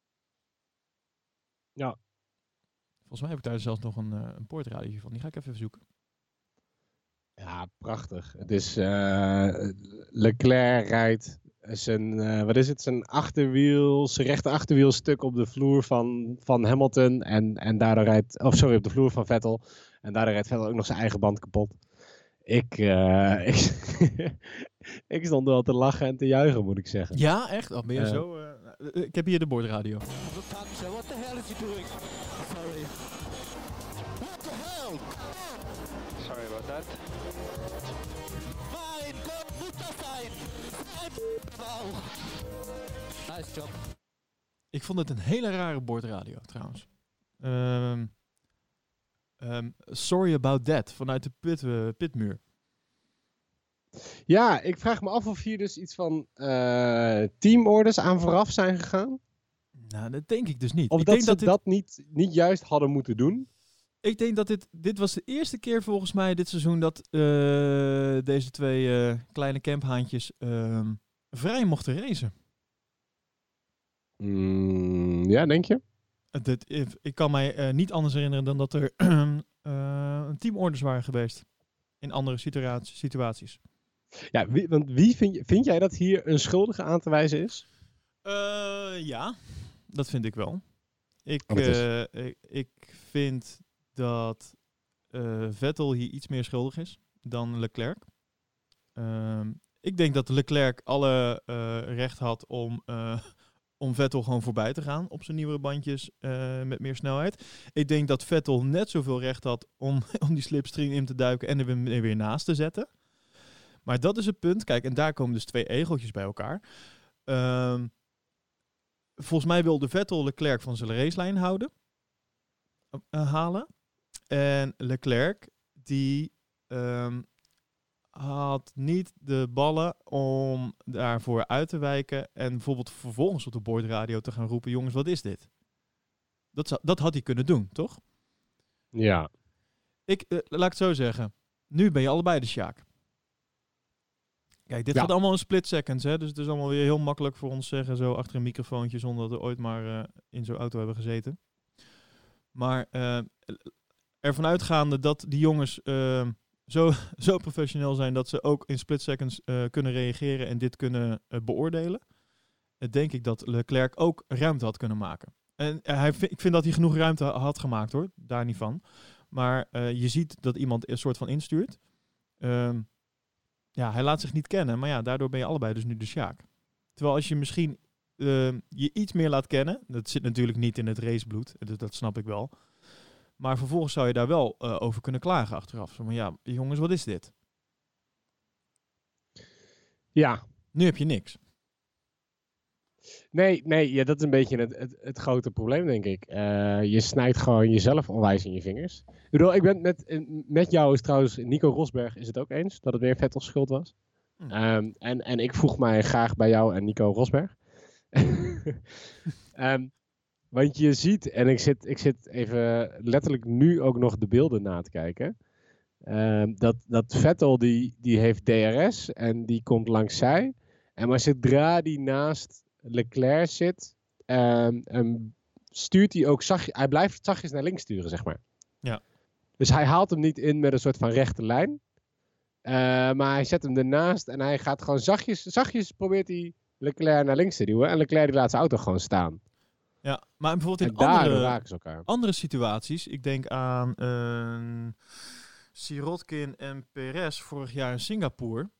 Ja. Volgens mij heb ik daar zelfs nog een poortradio van. Die ga ik even zoeken. Ja, prachtig. Het is Leclerc rijdt zijn rechter achterwielstuk op de vloer van Hamilton en daardoor op de vloer van Vettel. En daardoor rijdt Vettel ook nog zijn eigen band kapot. Ik stond wel te lachen en te juichen, moet ik zeggen. Ja, echt? Oh, ben je zo... ik heb hier de bordradio. What the hell is he doing? Sorry. What the hell? Sorry about that. Fine, go, fine. Nice job. Ik vond het een hele rare bordradio, trouwens. Sorry about that, vanuit de pitmuur. Ja, ik vraag me af of hier dus iets van teamorders aan vooraf zijn gegaan. Nou, dat denk ik dus niet. Of Ik dat denk ze dat niet juist hadden moeten doen. Ik denk dat dit was de eerste keer volgens mij dit seizoen dat deze twee kleine camphaantjes vrij mochten racen. Ja, denk je? Ik kan mij niet anders herinneren dan dat er teamorders waren geweest in andere situaties. Ja, want wie vind jij dat hier een schuldige aan te wijzen is? Ja, dat vind ik wel. Ik vind dat Vettel hier iets meer schuldig is dan Leclerc. Ik denk dat Leclerc alle recht had om Vettel gewoon voorbij te gaan op zijn nieuwere bandjes met meer snelheid. Ik denk dat Vettel net zoveel recht had om die slipstream in te duiken en er weer naast te zetten. Maar dat is het punt. Kijk, en daar komen dus twee egeltjes bij elkaar. Volgens mij wilde Vettel Leclerc van zijn racelijn halen. En Leclerc, die had niet de ballen om daarvoor uit te wijken en bijvoorbeeld vervolgens op de bordradio te gaan roepen, jongens, wat is dit? Dat had hij kunnen doen, toch? Ja. Laat ik het zo zeggen. Nu ben je allebei de Sjaak. Kijk, dit gaat allemaal in split seconds, hè? Dus het is allemaal weer heel makkelijk voor ons zeggen, zo achter een microfoontje, zonder dat we ooit maar in zo'n auto hebben gezeten. Maar ervan uitgaande dat die jongens zo professioneel zijn dat ze ook in split seconds kunnen reageren en dit kunnen beoordelen, denk ik dat Leclerc ook ruimte had kunnen maken. En ik vind dat hij genoeg ruimte had gemaakt, hoor. Daar niet van. Maar je ziet dat iemand een soort van instuurt. Ja, hij laat zich niet kennen, maar ja, daardoor ben je allebei dus nu de Sjaak. Terwijl als je misschien je iets meer laat kennen, dat zit natuurlijk niet in het racebloed, dat snap ik wel. Maar vervolgens zou je daar wel over kunnen klagen achteraf. Zo van, ja, jongens, wat is dit? Ja. Nu heb je niks. Nee, ja, dat is een beetje het grote probleem, denk ik. Je snijdt gewoon jezelf onwijs in je vingers. Ik bedoel, ik ben met jou is trouwens, Nico Rosberg is het ook eens, dat het weer Vettels schuld was. En ik vroeg mij graag bij jou en Nico Rosberg. Want je ziet, en ik zit even letterlijk nu ook nog de beelden na te kijken. Dat Vettel die heeft DRS en die komt langs zij. En maar zodra die naast Leclerc zit, stuurt hij ook hij blijft zachtjes naar links sturen, zeg maar. Ja. Dus hij haalt hem niet in met een soort van rechte lijn. Maar hij zet hem ernaast en hij gaat gewoon zachtjes probeert hij Leclerc naar links te duwen. En Leclerc die laat zijn auto gewoon staan. Ja, maar bijvoorbeeld in andere situaties, ik denk aan Sirotkin en Perez vorig jaar in Singapore.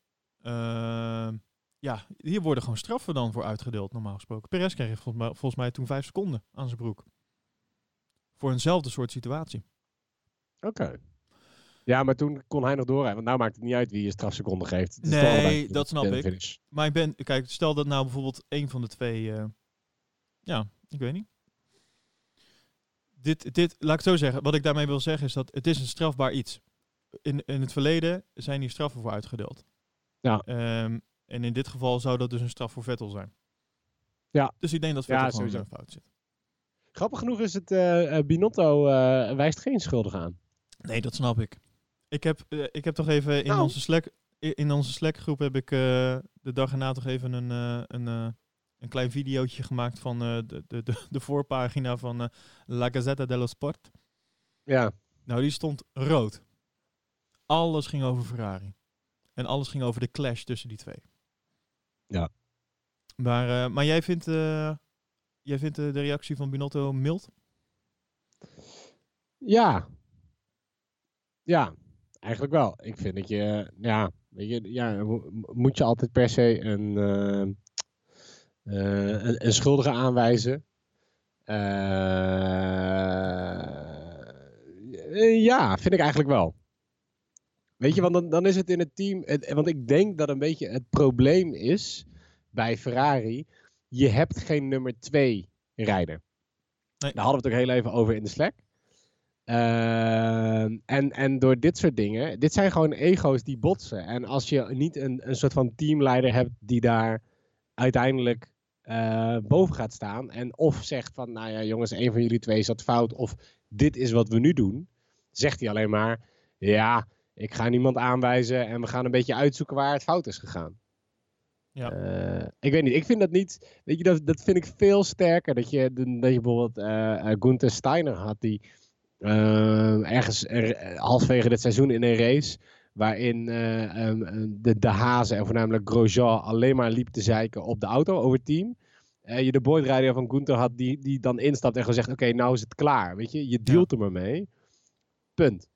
Ja, hier worden gewoon straffen dan voor uitgedeeld, normaal gesproken. Perez kreeg volgens mij toen 5 seconden aan zijn broek. Voor eenzelfde soort situatie. Oké. Ja, maar toen kon hij nog doorrijden. Want nou maakt het niet uit wie je strafseconden geeft. Nee, dat snap ik. Finish. Maar kijk, stel dat nou bijvoorbeeld één van de twee... ja, ik weet niet. Laat ik het zo zeggen. Wat ik daarmee wil zeggen is dat het is een strafbaar iets. In het verleden zijn hier straffen voor uitgedeeld. Ja. En in dit geval zou dat dus een straf voor Vettel zijn. Ja. Dus ik denk dat Vettel gewoon in fout zit. Grappig genoeg is het Binotto wijst geen schuldig aan. Nee, dat snap ik. Ik heb toch even in onze Slack-groep heb ik de dag erna toch even een klein videootje gemaakt van de voorpagina van La Gazzetta dello Sport. Ja. Nou, die stond rood. Alles ging over Ferrari. En alles ging over de clash tussen die twee. Ja. Maar jij vindt de reactie van Binotto mild? Ja. Ja, eigenlijk wel. Ik vind dat je, weet je, moet je altijd per se een schuldige aanwijzen? Ja, vind ik eigenlijk wel. Weet je, want dan is het in het team. Want ik denk dat een beetje het probleem is bij Ferrari. Je hebt geen nummer 2 rijder. Nee. Daar hadden we het ook heel even over in de Slack. En door dit soort dingen. Dit zijn gewoon ego's die botsen. En als je niet een soort van teamleider hebt die daar uiteindelijk boven gaat staan. En of zegt van, nou ja jongens, een van jullie twee zat fout. Of dit is wat we nu doen. Zegt hij alleen maar, ja, ik ga niemand aanwijzen. En we gaan een beetje uitzoeken waar het fout is gegaan. Ja. Ik weet niet, ik vind dat niet. Weet je, dat vind ik veel sterker. Dat je bijvoorbeeld Gunther Steiner had die ergens halverwege dit seizoen in een race. Waarin de hazen en voornamelijk Grosjean alleen maar liep te zeiken op de auto over het team. Je de boordradio van Gunther had die dan instapt en gewoon zegt: oké, nou is het klaar. Weet je dealt er maar mee. Punt.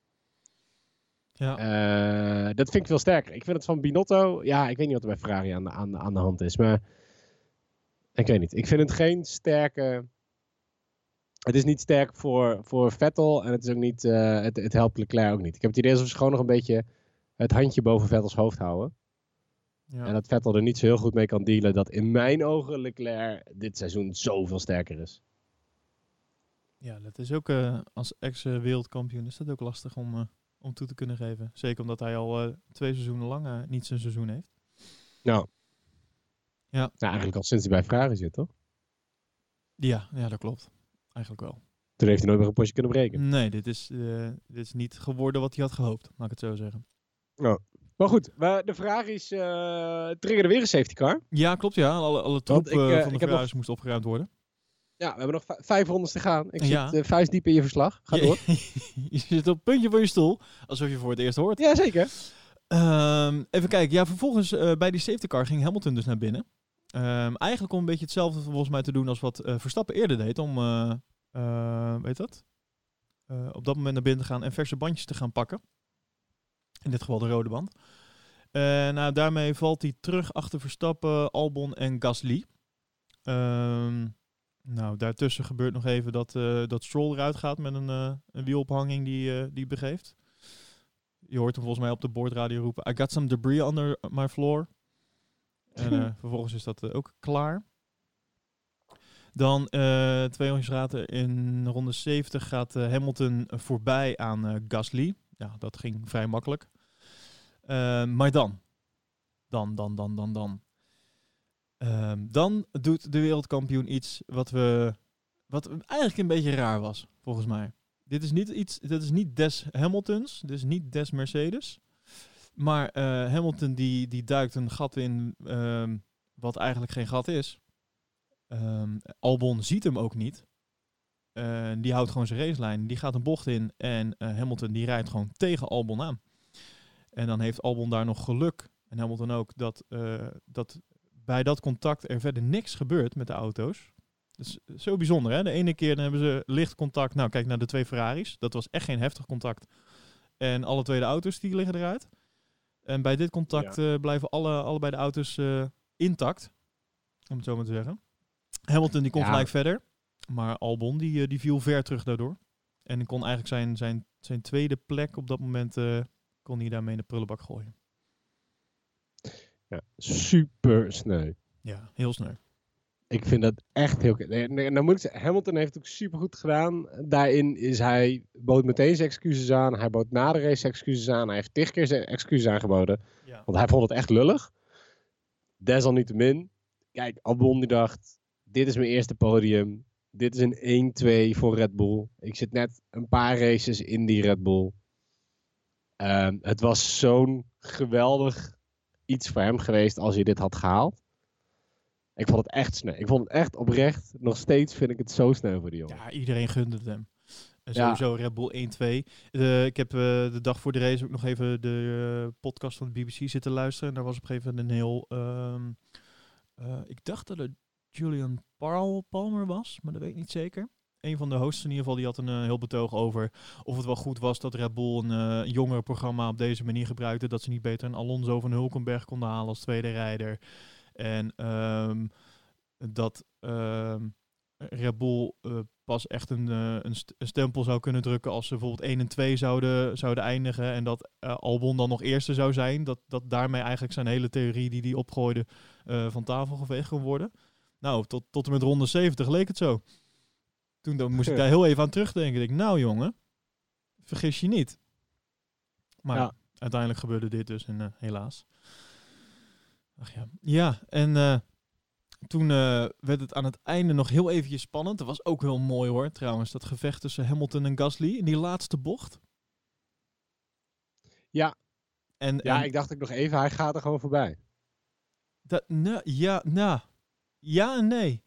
Ja. Dat vind ik veel sterker. Ik vind het van Binotto. Ja, ik weet niet wat er bij Ferrari aan de hand is. Maar ik weet niet. Ik vind het geen sterke. Het is niet sterk voor Vettel. En het is ook niet. Het helpt Leclerc ook niet. Ik heb het idee alsof ze gewoon nog een beetje het handje boven Vettels hoofd houden. Ja. En dat Vettel er niet zo heel goed mee kan dealen. Dat in mijn ogen Leclerc dit seizoen zoveel sterker is. Ja, dat is ook als ex-wereldkampioen is dat ook lastig om toe te kunnen geven. Zeker omdat hij al 2 seizoenen lang niet zijn seizoen heeft. Nou. Ja. Nou, eigenlijk al sinds hij bij Ferrari zit, toch? Ja, dat klopt. Eigenlijk wel. Toen heeft hij nooit meer een potje kunnen breken. Nee, dit is niet geworden wat hij had gehoopt, laat ik het zo zeggen. Oh. Maar goed, de Ferraris triggerden weer een safety car. Ja, klopt ja. Alle troep van de Ferraris moest opgeruimd worden. Ja, we hebben nog 5 rondes te gaan. Ik zit vuistdiep in je verslag. Ga door. Je zit op het puntje van je stoel, alsof je voor het eerst hoort. Ja, zeker. Even kijken. Ja, vervolgens bij die safety car ging Hamilton dus naar binnen. Eigenlijk om een beetje hetzelfde volgens mij te doen als wat Verstappen eerder deed. Om, weet dat? Op dat moment naar binnen te gaan en verse bandjes te gaan pakken. In dit geval de rode band. Nou, daarmee valt hij terug achter Verstappen, Albon en Gasly. Nou, daartussen gebeurt nog even dat Stroll eruit gaat met een wielophanging die begeeft. Je hoort hem volgens mij op de boordradio roepen: I got some debris under my floor. En vervolgens is dat ook klaar. Dan 2 rondjes later in ronde 70 gaat Hamilton voorbij aan Gasly. Ja, dat ging vrij makkelijk. Maar dan doet de wereldkampioen iets wat eigenlijk een beetje raar was, volgens mij. Dit is niet des Hamiltons, dit is niet des Mercedes. Maar Hamilton die duikt een gat in wat eigenlijk geen gat is. Albon ziet hem ook niet. Die houdt gewoon zijn racelijn. Die gaat een bocht in en Hamilton die rijdt gewoon tegen Albon aan. En dan heeft Albon daar nog geluk, en Hamilton ook, dat bij dat contact er verder niks gebeurt met de auto's. Dat is zo bijzonder, hè? De ene keer dan hebben ze licht contact. Nou, kijk naar de 2 Ferraris. Dat was echt geen heftig contact. En alle 2 de auto's die liggen eruit. En bij dit contact blijven allebei de auto's intact. Om het zo maar te zeggen. Hamilton die kon gelijk verder. Maar Albon die viel ver terug daardoor. En die kon eigenlijk zijn tweede plek op dat moment kon hij daarmee in de prullenbak gooien. Ja, super sneu. Ja, heel sneu. Ik vind dat echt heel... Nou moet ik zeggen, Hamilton heeft het ook super goed gedaan. Daarin is hij... bood meteen zijn excuses aan. Hij bood na de race zijn excuses aan. Hij heeft 10 keer zijn excuses aangeboden. Ja. Want hij vond het echt lullig. Desalniettemin. Kijk, Albon die dacht... Dit is mijn eerste podium. Dit is een 1-2 voor Red Bull. Ik zit net een paar races in die Red Bull. Het was zo'n geweldig iets voor hem geweest als hij dit had gehaald. Ik vond het echt sneu. Ik vond het echt oprecht. Nog steeds vind ik het zo sneu voor die jongen. Ja, iedereen gunde het hem. En sowieso Red Bull 1-2. Ik heb de dag voor de race ook nog even de podcast van de BBC zitten luisteren. En daar was op een gegeven moment een heel ik dacht dat het Julian Palmer was, maar dat weet ik niet zeker. Een van de hosts in ieder geval, die had een heel betoog over of het wel goed was dat Red Bull een jongere programma op deze manier gebruikte. Dat ze niet beter een Alonso van Hulkenberg konden halen als tweede rijder. En dat Red Bull pas echt een stempel zou kunnen drukken als ze bijvoorbeeld 1 en 2 zouden eindigen. En dat Albon dan nog eerste zou zijn. Dat daarmee eigenlijk zijn hele theorie die hij opgooide van tafel geveegd kon worden. Nou, tot en met ronde 70 leek het zo. Toen moest ik daar heel even aan terugdenken. Ik denk, nou jongen, vergis je niet. Maar uiteindelijk gebeurde dit dus en helaas. Ach ja. Ja, en toen werd het aan het einde nog heel eventjes spannend. Dat was ook heel mooi hoor, trouwens. Dat gevecht tussen Hamilton en Gasly in die laatste bocht. Ja. En Ik dacht ook nog even, hij gaat er gewoon voorbij. Ja en nee.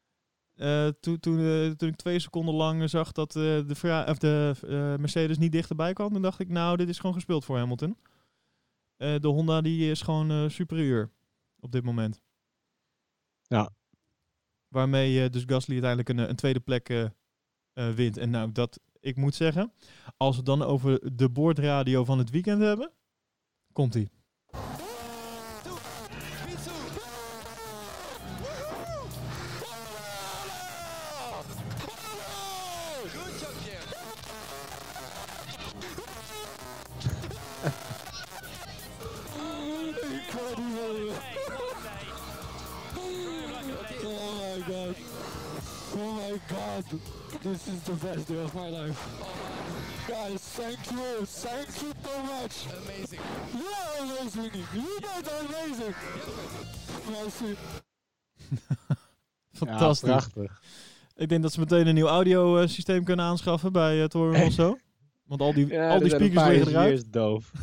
Toen ik 2 seconden lang zag dat de Mercedes niet dichterbij kwam, dan dacht ik, nou, dit is gewoon gespeeld voor Hamilton. De Honda die is gewoon superieur op dit moment. Ja. Waarmee dus Gasly uiteindelijk een tweede plek wint. En nou, ik moet zeggen, als we het dan over de boordradio van het weekend hebben, komt-ie. Oh my god, this is the best day of my life. Guys, thank you so much. Amazing. You are amazing. You guys are amazing. Merci. Fantastisch. Ja, prachtig. Ik denk dat ze meteen een nieuw audiosysteem kunnen aanschaffen bij Toro Rosso. Want al die speakers liggen eruit. Is doof.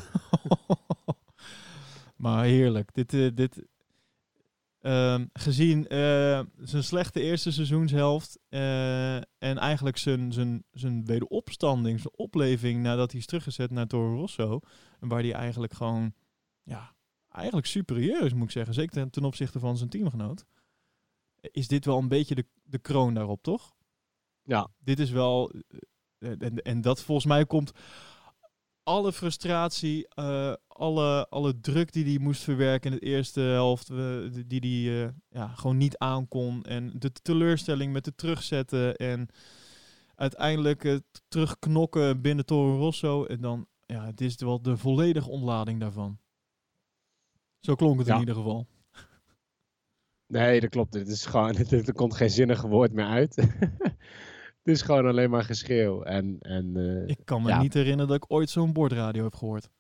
Maar heerlijk. Dit gezien zijn slechte eerste seizoenshelft en eigenlijk zijn wederopstanding, zijn opleving nadat hij is teruggezet naar Toro Rosso. Waar hij eigenlijk gewoon, eigenlijk superieur is, moet ik zeggen. Zeker ten opzichte van zijn teamgenoot. Is dit wel een beetje de kroon daarop, toch? Ja. Dit is wel, en dat volgens mij komt alle frustratie, alle druk die hij moest verwerken in de eerste helft, die hij gewoon niet aankon. En de teleurstelling met het terugzetten en uiteindelijk het terugknokken binnen Toro Rosso. En dan, het is wel de volledige ontlading daarvan. Zo klonk het in ieder geval. Nee, dat klopt. Het is gewoon, er komt geen zinnige woord meer uit. Het is gewoon alleen maar geschreeuw. Ik kan me niet herinneren dat ik ooit zo'n bordradio heb gehoord.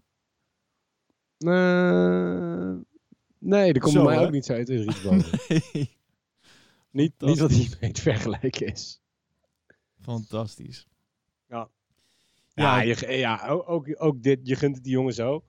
Nee, dat komt bij mij ook niet zo uit de rietboom. Nee. Niet wat hiermee te vergelijken is. Fantastisch. Ook dit, je gunt het die jongen zo.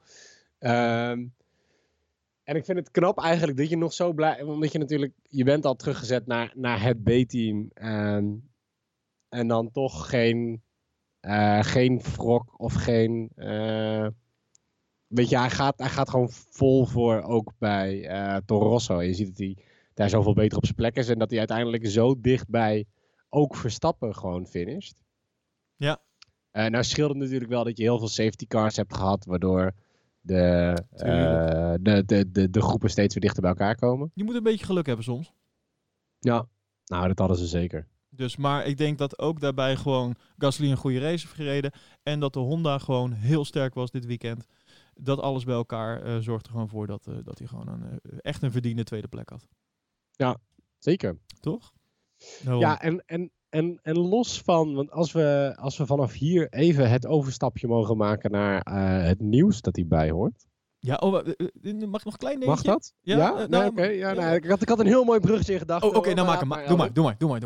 En ik vind het knap eigenlijk dat je nog zo blij... Omdat je natuurlijk... Je bent al teruggezet naar het B-team. En dan toch geen wrok of geen... weet je, hij gaat gewoon vol voor ook bij Toro Rosso. En je ziet dat hij daar zoveel beter op zijn plek is. En dat hij uiteindelijk zo dichtbij ook Verstappen gewoon finisht. Ja. Nou scheelt het natuurlijk wel dat je heel veel safety cars hebt gehad. Waardoor de groepen steeds weer dichter bij elkaar komen. Je moet een beetje geluk hebben soms. Ja, nou dat hadden ze zeker. Dus, maar ik denk dat ook daarbij gewoon Gasly een goede race heeft gereden. En dat de Honda gewoon heel sterk was dit weekend. Dat alles bij elkaar zorgt er gewoon voor dat hij gewoon echt een verdiende tweede plek had. Ja, zeker. Toch? Ja, en los van... Want als we vanaf hier even het overstapje mogen maken naar het nieuws dat hierbij hoort. Ja, mag ik nog een klein dingetje? Mag dat? Ja? Oké. Ik had een heel mooi bruggetje in gedachten. Oké, nou maak hem. Doe maar.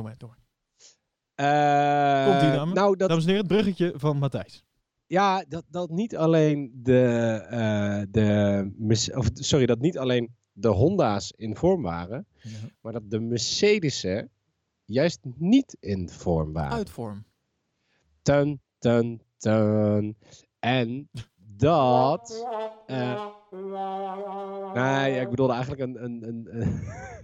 Komt-ie, dames en heren, het bruggetje van Matthijs. Ja, dat niet alleen dat niet alleen de Honda's in vorm waren, maar dat de Mercedes'en juist niet in vorm waren. Uit vorm. En dat... ik bedoelde eigenlijk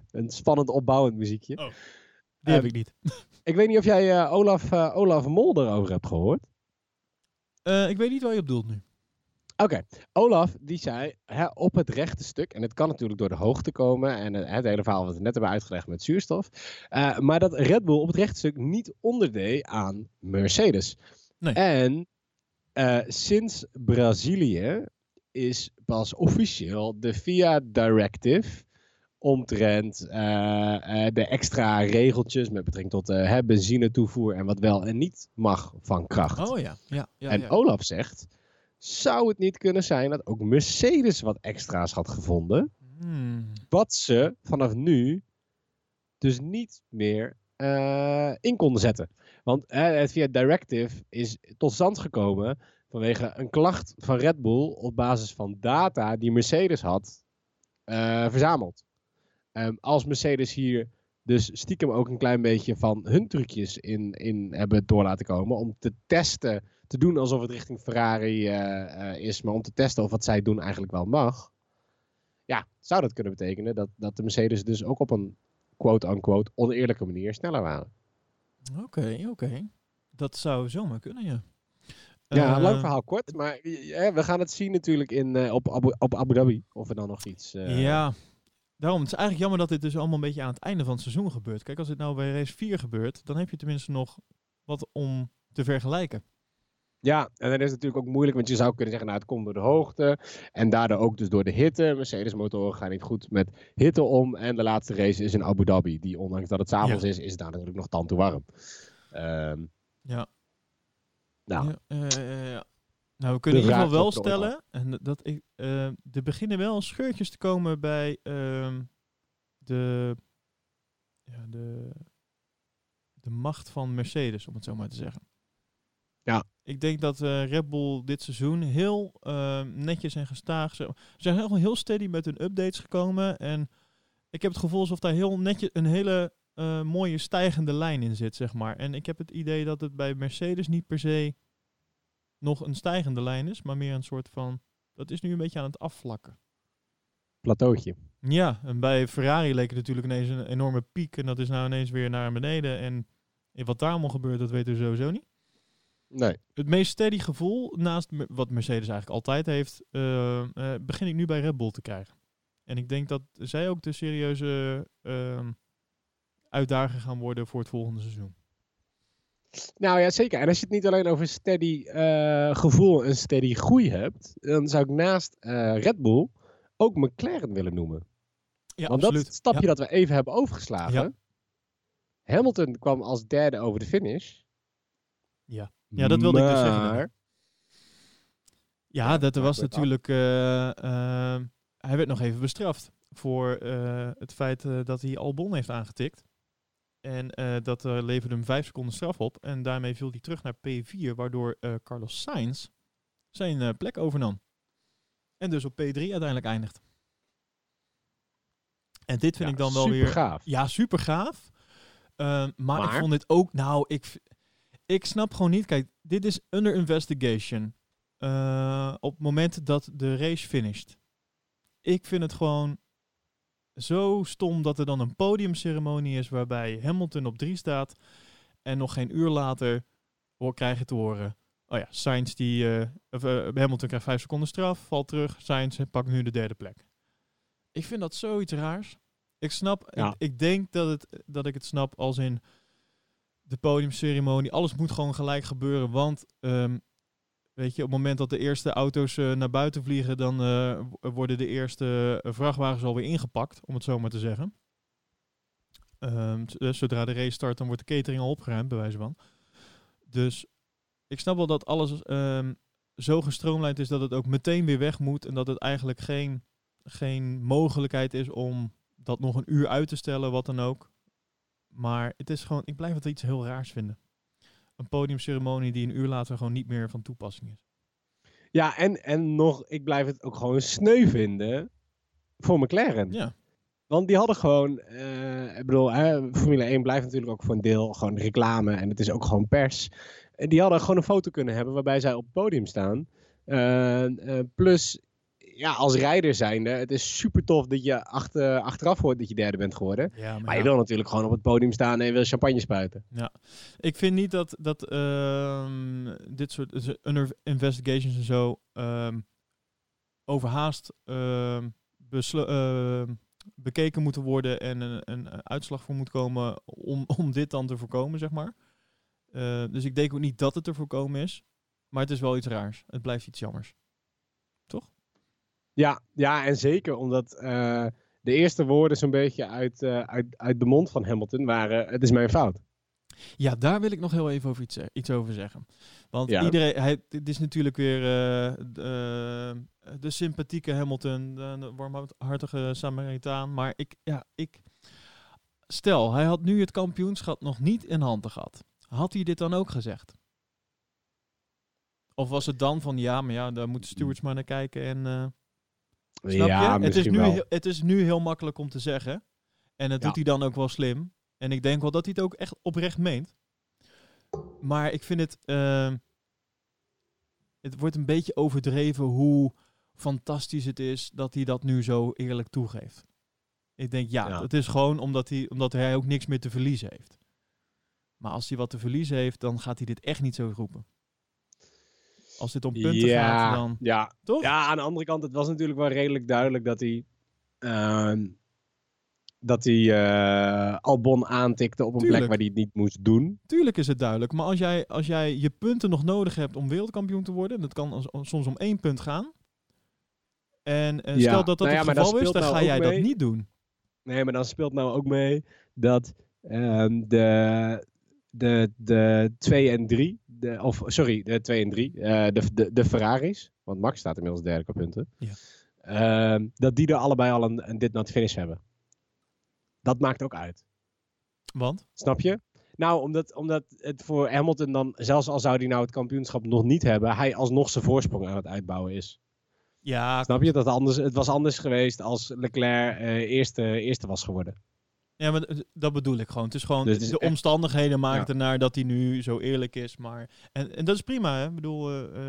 Een spannend opbouwend muziekje. Oh, die heb ik niet. Ik weet niet of jij Olaf Mol erover hebt gehoord. Ik weet niet waar je op doelt nu. Oké, Olaf die zei op het rechte stuk, en het kan natuurlijk door de hoogte komen en het hele verhaal wat we net hebben uitgelegd met zuurstof, maar dat Red Bull op het rechte stuk niet onderdeed aan Mercedes. Nee. En sinds Brazilië is pas officieel de FIA Directive omtrent de extra regeltjes met betrekking tot benzine toevoer en wat wel en niet mag van kracht. Oh ja. En Olaf zegt, zou het niet kunnen zijn dat ook Mercedes wat extra's had gevonden, wat ze vanaf nu dus niet meer in konden zetten. Want het via Directive is tot stand gekomen vanwege een klacht van Red Bull op basis van data die Mercedes had verzameld. Als Mercedes hier dus stiekem ook een klein beetje van hun trucjes in hebben door laten komen om te testen, te doen alsof het richting Ferrari is, maar om te testen of wat zij doen eigenlijk wel mag. Ja, zou dat kunnen betekenen dat de Mercedes dus ook op een quote-unquote oneerlijke manier sneller waren. Oké. Dat zou zomaar kunnen, ja. Ja, lang verhaal kort, maar we gaan het zien natuurlijk op Abu Dhabi, of er dan nog iets... Ja, daarom. Het is eigenlijk jammer dat dit dus allemaal een beetje aan het einde van het seizoen gebeurt. Kijk, als dit nou bij race 4 gebeurt, dan heb je tenminste nog wat om te vergelijken. Ja, en dat is natuurlijk ook moeilijk, want je zou kunnen zeggen, nou, het komt door de hoogte en daardoor ook dus door de hitte. Mercedes-motoren gaan niet goed met hitte om en de laatste race is in Abu Dhabi, die ondanks dat het 's avonds is het daar natuurlijk nog tand warm. Ja. Nou, Nou, we kunnen in ieder geval wel stellen en dat er beginnen wel scheurtjes te komen bij de macht van Mercedes, om het zo maar te zeggen. Ja. Ik denk dat Red Bull dit seizoen heel netjes en gestaag... Ze zijn heel steady met hun updates gekomen. En ik heb het gevoel alsof daar heel netjes een hele mooie stijgende lijn in zit, zeg maar. En ik heb het idee dat het bij Mercedes niet per se nog een stijgende lijn is, maar meer een soort van... Dat is nu een beetje aan het afvlakken. Plateautje. Ja, en bij Ferrari leek het natuurlijk ineens een enorme piek. En dat is nou ineens weer naar beneden. En wat daar allemaal gebeurt, dat weten we sowieso niet. Nee. Het meest steady gevoel, naast wat Mercedes eigenlijk altijd heeft, begin ik nu bij Red Bull te krijgen. En ik denk dat zij ook de serieuze uitdager gaan worden voor het volgende seizoen. Nou ja, zeker. En als je het niet alleen over steady gevoel en steady groei hebt, dan zou ik naast Red Bull ook McLaren willen noemen. Ja, want absoluut. dat is het stapje dat we even hebben overgeslagen. Ja. Hamilton kwam als derde over de finish. Ja, dat wilde ik dus zeggen. Maar... Ja, dat was natuurlijk... hij werd nog even bestraft voor het feit dat hij Albon heeft aangetikt. En dat leverde hem 5 seconden straf op. En daarmee viel hij terug naar P4, waardoor Carlos Sainz zijn plek overnam. En dus op P3 uiteindelijk eindigt. En dit vind ik dan wel weer... Gaaf. Ja, super gaaf. Maar ik vond dit ook... Nou, ik snap gewoon niet... Kijk, dit is under investigation. Op het moment dat de race finisht. Ik vind het gewoon zo stom dat er dan een podiumceremonie is waarbij Hamilton op 3 staat en nog geen uur later krijg je te horen, oh ja, Sainz Hamilton krijgt 5 seconden straf, valt terug, Sainz pakt nu de 3e plek. Ik vind dat zoiets raars. Ik snap, ik denk dat ik het snap als in de podiumceremonie, alles moet gewoon gelijk gebeuren, want weet je, op het moment dat de eerste auto's naar buiten vliegen, dan worden de eerste vrachtwagens alweer ingepakt, om het zo maar te zeggen. Zodra de race start, dan wordt de catering al opgeruimd, bij wijze van. Dus ik snap wel dat alles zo gestroomlijnd is dat het ook meteen weer weg moet en dat het eigenlijk geen mogelijkheid is om dat nog een uur uit te stellen, wat dan ook. Maar het is gewoon, ik blijf het iets heel raars vinden. Een podiumceremonie die een uur later gewoon niet meer van toepassing is. Ja, en nog, ik blijf het ook gewoon sneu vinden voor McLaren. Ja. Want die hadden gewoon, ik bedoel, Formule 1 blijft natuurlijk ook voor een deel gewoon reclame en het is ook gewoon pers. Die hadden gewoon een foto kunnen hebben waarbij zij op het podium staan. Plus, als rijder zijnde, het is super tof dat je achteraf hoort dat je derde bent geworden. Ja, Maar je wil natuurlijk gewoon op het podium staan en je wil champagne spuiten. Ja, ik vind niet dat dit soort investigations en zo overhaast bekeken moeten worden en een uitslag voor moet komen om dit dan te voorkomen, zeg maar. Dus ik denk ook niet dat het te voorkomen is, maar het is wel iets raars. Het blijft iets jammers. Toch? Ja, en zeker omdat de eerste woorden zo'n beetje uit de mond van Hamilton waren, het is mijn fout. Ja, daar wil ik nog heel even over iets over zeggen. Want Ja. dit is natuurlijk weer de sympathieke Hamilton, de warmhartige Samaritaan. Maar stel, hij had nu het kampioenschap nog niet in handen gehad. Had hij dit dan ook gezegd? Of was het dan van, daar moeten stewards maar naar kijken en... Snap Ja, je? misschien wel. Het is nu heel makkelijk om te zeggen. En dat doet hij dan ook wel slim. En ik denk wel dat hij het ook echt oprecht meent. Maar ik vind het wordt een beetje overdreven hoe fantastisch het is dat hij dat nu zo eerlijk toegeeft. Ik denk, het is gewoon omdat hij ook niks meer te verliezen heeft. Maar als hij wat te verliezen heeft, dan gaat hij dit echt niet zo roepen. Als dit om punten gaat, dan... Ja. Toch? Ja, aan de andere kant, het was natuurlijk wel redelijk duidelijk dat hij Albon aantikte op een plek waar hij het niet moest doen. Tuurlijk is het duidelijk, maar als jij je punten nog nodig hebt om wereldkampioen te worden, dat kan soms om 1 punt gaan. En stel dat het geval is, dan ga jij dat niet doen. Nee, maar dan speelt nou ook mee dat de 2 en 3, de 2 en 3, de Ferraris, want Max staat inmiddels derde qua punten, dat die er allebei al een did not finish hebben. Dat maakt ook uit. Want? Snap je? Nou, omdat het voor Hamilton dan, zelfs al zou hij nou het kampioenschap nog niet hebben, hij alsnog zijn voorsprong aan het uitbouwen is. Ja. Snap je? Het was anders geweest als Leclerc eerste was geworden. Ja, maar dat bedoel ik gewoon. Het is gewoon, Dus de omstandigheden maken ernaar dat hij nu zo eerlijk is. Maar, en dat is prima, hè? Ik bedoel,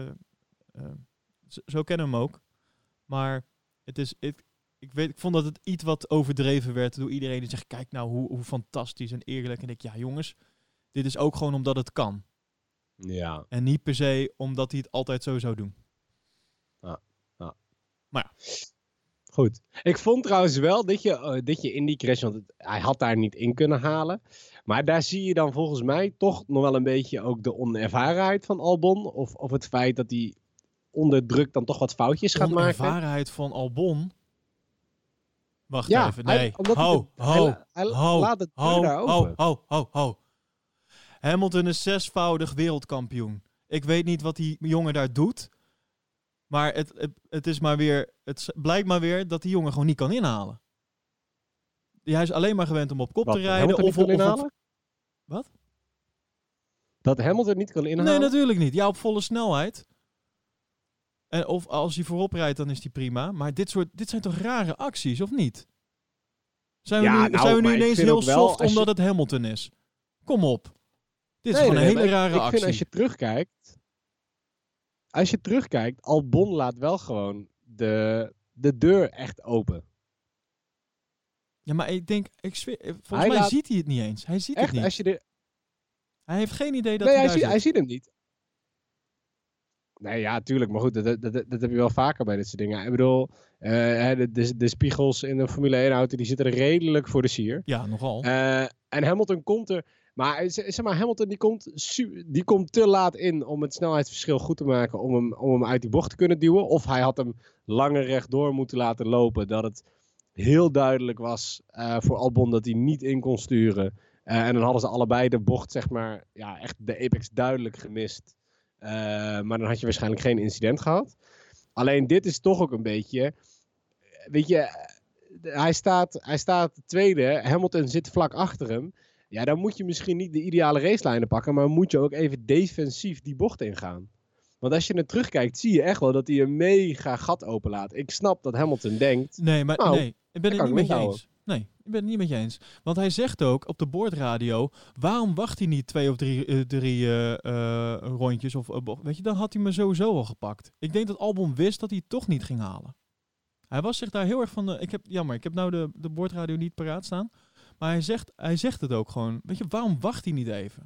zo kennen we hem ook. Maar het is... Ik vond dat het iets wat overdreven werd door iedereen die zegt, kijk nou hoe fantastisch en eerlijk. En ik denk, ja jongens, dit is ook gewoon omdat het kan. Ja. En niet per se omdat hij het altijd zo zou doen. Ja. Maar ja. Goed. Ik vond trouwens wel dat je in die crash, want hij had daar niet in kunnen halen. Maar daar zie je dan volgens mij toch nog wel een beetje ook de onervarenheid van Albon. Of het feit dat hij onder druk dan toch wat foutjes gaat maken. De onervarenheid van Albon... Wacht ja, even, nee. Hij laat het daar open. Hamilton is 6-voudig wereldkampioen. Ik weet niet wat die jongen daar doet. Maar het blijkt maar weer dat die jongen gewoon niet kan inhalen. Hij is alleen maar gewend om op kop te rijden. Wat? Dat Hamilton niet kan inhalen? Nee, natuurlijk niet. Ja, op volle snelheid. En of als hij voorop rijdt, dan is hij prima. Maar dit zijn toch rare acties, of niet? Zijn we nu ineens heel soft omdat het Hamilton is? Kom op. Dit is gewoon een hele rare actie. Ik vind als je terugkijkt, Albon laat wel gewoon de deur echt open. Ja, maar ik denk, volgens mij ziet hij het niet eens. Hij ziet het niet. Hij heeft geen idee dat hij ziet hem niet. Nee, ja, tuurlijk. Maar goed, dat heb je wel vaker bij dit soort dingen. Ik bedoel, de spiegels in een Formule 1-auto, die zitten er redelijk voor de sier. Ja, nogal. En Hamilton komt er... Maar zeg maar, Hamilton die komt te laat in om het snelheidsverschil goed te maken om hem uit die bocht te kunnen duwen. Of hij had hem langer rechtdoor moeten laten lopen. Dat het heel duidelijk was voor Albon dat hij niet in kon sturen. En dan hadden ze allebei de bocht, zeg maar, ja, echt de apex duidelijk gemist. Maar dan had je waarschijnlijk geen incident gehad. Alleen dit is toch ook een beetje... Weet je, hij staat tweede. Hamilton zit vlak achter hem. Ja, dan moet je misschien niet de ideale racelijnen pakken. Maar moet je ook even defensief die bocht ingaan. Want als je er terugkijkt, zie je echt wel dat hij een mega gat openlaat. Ik snap dat Hamilton denkt... Nee, ik ben het niet met je eens. Nee, ik ben het niet met je eens. Want hij zegt ook op de boordradio... waarom wacht hij niet 2 of 3 rondjes? Weet je, dan had hij me sowieso al gepakt. Ik denk dat Albon wist dat hij het toch niet ging halen. Hij was zich daar heel erg van... ik heb nou de boordradio niet paraat staan. Maar hij zegt het ook gewoon. Weet je, waarom wacht hij niet even?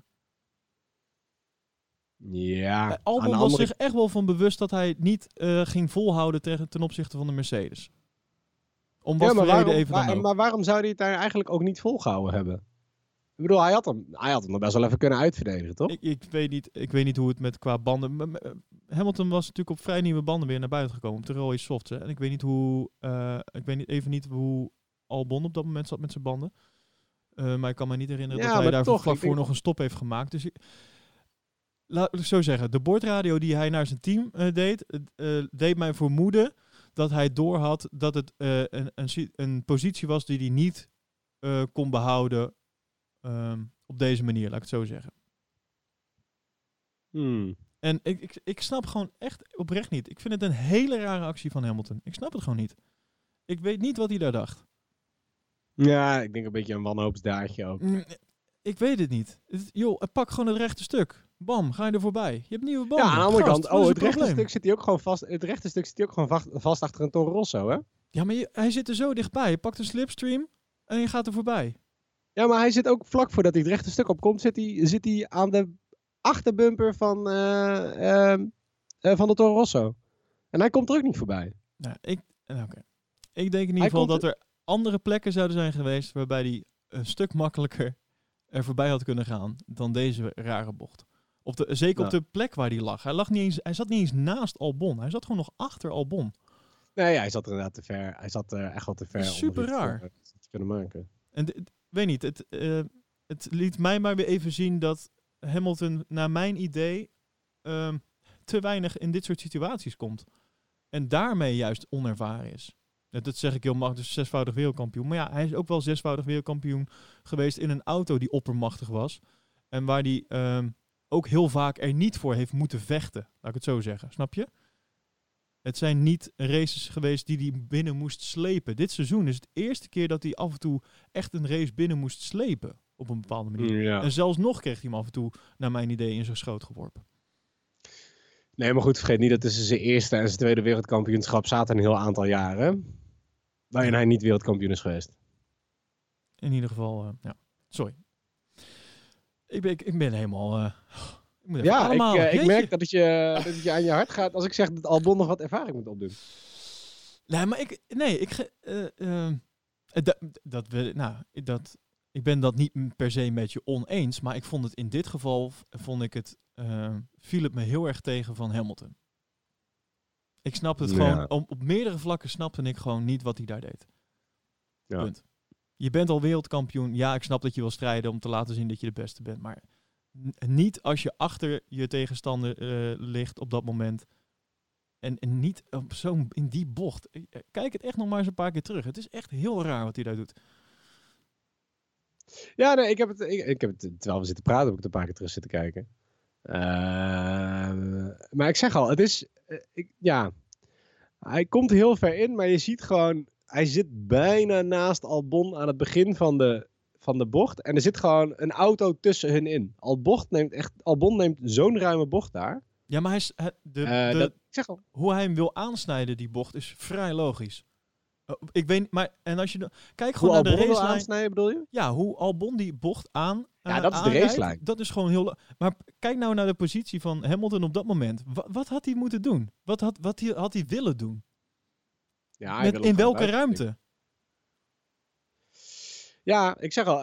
Ja. Albon was zich echt wel van bewust dat hij niet ging volhouden ten opzichte van de Mercedes. Om wat voor reden even dan ook. Maar waarom zou hij het daar eigenlijk ook niet volgehouden hebben? Ik bedoel, hij had hem nog best wel even kunnen uitverdedigen, toch? Ik weet niet hoe het met qua banden... Hamilton was natuurlijk op vrij nieuwe banden weer naar buiten gekomen. Op de rode softs. Hè? En ik weet niet hoe... even niet hoe Albon op dat moment zat met zijn banden. Maar ik kan me niet herinneren dat hij daar toch, vlak voor nog een stop heeft gemaakt. Dus laat ik zo zeggen. De boordradio die hij naar zijn team deed mij vermoeden dat hij doorhad dat het een positie was die hij niet kon behouden op deze manier, laat ik het zo zeggen. En ik snap gewoon echt oprecht niet. Ik vind het een hele rare actie van Hamilton. Ik snap het gewoon niet. Ik weet niet wat hij daar dacht. Ja, ik denk een beetje een wanhoopsdaadje ook. Ik weet het niet. Pak gewoon het rechte stuk. Bam, ga je er voorbij. Je hebt nieuwe banden. Ja, aan de andere kant, het rechte stuk zit hij ook gewoon vast. Het rechte stuk zit hij ook gewoon vast achter een Toro Rosso, hè? Ja, maar hij zit er zo dichtbij. Je pakt een slipstream en je gaat er voorbij. Ja, maar hij zit ook vlak voordat hij het rechte stuk opkomt, zit hij aan de achterbumper van de Toro Rosso. En hij komt er ook niet voorbij. Nou, ik denk in ieder geval dat er andere plekken zouden zijn geweest waarbij hij een stuk makkelijker er voorbij had kunnen gaan dan deze rare bocht. Zeker op de plek waar hij lag. Hij zat niet eens naast Albon. Hij zat gewoon nog achter Albon. Nee, hij zat er inderdaad te ver. Hij zat echt wel te ver. Super raar. Te kunnen maken. En weet niet, het liet mij maar weer even zien dat Hamilton, naar mijn idee, te weinig in dit soort situaties komt. En daarmee juist onervaren is. Dat zeg ik heel makkelijk, dus 6-voudig wereldkampioen. Maar ja, hij is ook wel 6-voudig wereldkampioen geweest in een auto die oppermachtig was. En waar hij ook heel vaak er niet voor heeft moeten vechten. Laat ik het zo zeggen, snap je? Het zijn niet races geweest die hij binnen moest slepen. Dit seizoen is het eerste keer dat hij af en toe echt een race binnen moest slepen. Op een bepaalde manier. Ja. En zelfs nog kreeg hij hem af en toe, naar mijn idee, in zijn schoot geworpen. Nee, maar goed, vergeet niet dat tussen zijn eerste en zijn tweede wereldkampioenschap zaten een heel aantal jaren. Waarin hij niet wereldkampioen is geweest. In ieder geval, ja. Sorry. Ik ben helemaal... ik merk dat het je aan je hart gaat als ik zeg dat Albon nog wat ervaring moet opdoen. Nee, maar ik ben dat niet per se met je oneens, maar ik vond het in dit geval, viel het me heel erg tegen van Hamilton. Ik snap het gewoon, op meerdere vlakken snapte ik gewoon niet wat hij daar deed. Ja. Punt. Je bent al wereldkampioen. Ja, ik snap dat je wil strijden om te laten zien dat je de beste bent, maar niet als je achter je tegenstander ligt op dat moment. En niet in die bocht. Kijk het echt nog maar eens een paar keer terug. Het is echt heel raar wat hij daar doet. Ja, nee, ik heb het terwijl we zitten praten, heb ik het een paar keer terug zitten kijken. Maar ik zeg al, het is... hij komt heel ver in, maar je ziet gewoon... Hij zit bijna naast Albon aan het begin van de bocht. En er zit gewoon een auto tussen hun in. Albon neemt zo'n ruime bocht daar. Ja, maar hoe hij hem wil aansnijden, die bocht, is vrij logisch. Ik weet, maar en als je kijk gewoon hoe naar de Albon racelijn, aansnijden, bedoel je? Ja, hoe Albon die bocht aan. Ja, dat is de racelijn. Dat is gewoon heel. Maar kijk nou naar de positie van Hamilton op dat moment. Wat had hij moeten doen? Wat had hij willen doen? Ja, in welke ruimte? Ja, ik zeg al.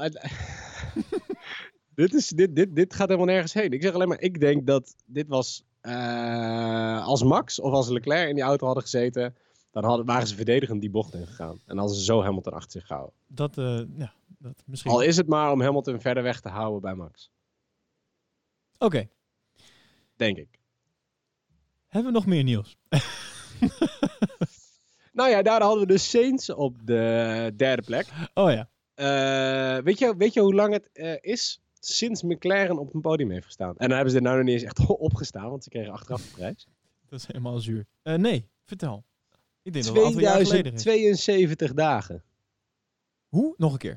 Dit gaat helemaal nergens heen. Ik zeg alleen maar, ik denk dat dit was als Max of als Leclerc in die auto hadden gezeten, dan waren ze verdedigend die bocht ingegaan. En hadden ze zo Hamilton achter zich gehouden. Dat misschien. Al is het maar om Hamilton verder weg te houden bij Max. Oké. Denk ik. Hebben we nog meer nieuws? Nou ja, daar hadden we de Saints op de derde plek. Oh ja. Weet je hoe lang het is sinds McLaren op een podium heeft gestaan? En dan hebben ze er nou nog niet eens echt opgestaan, want ze kregen achteraf de prijs. Dat is helemaal zuur. Nee, vertel. Ik denk dat het een aantal jaar geleden is. 2072 dagen. Hoe? Nog een keer.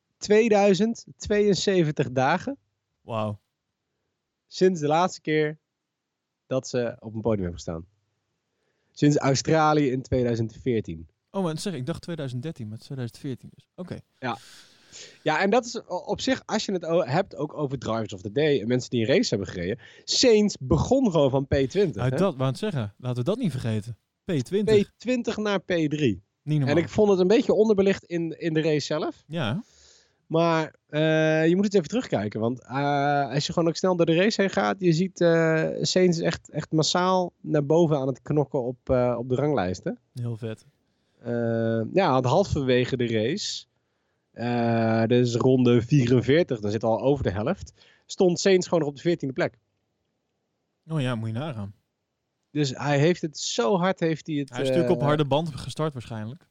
2072 dagen. Wauw. Sinds de laatste keer dat ze op een podium hebben gestaan. Sinds Australië in 2014. Oh, maar zeg, ik dacht 2013, maar het is 2014 dus. Oké. Ja, en dat is op zich, als je het hebt ook over Drivers of the Day en mensen die een race hebben gereden. Sainz begon gewoon van P20. Uit hè? dat, wou het zeggen. Laten we dat niet vergeten. P20. P20 naar P3. Niet normaal. En ik vond het een beetje onderbelicht in de race zelf. Ja. Maar je moet het even terugkijken. Want als je gewoon ook snel door de race heen gaat. Je ziet Sainz echt massaal naar boven aan het knokken op de ranglijsten. Heel vet. Ja, halverwege de race. Dus ronde 44, dan zit al over de helft. Stond Sainz gewoon nog op de 14e plek. Oh ja, moet je nagaan. Dus hij heeft het zo hard. Hij is natuurlijk op harde band gestart waarschijnlijk.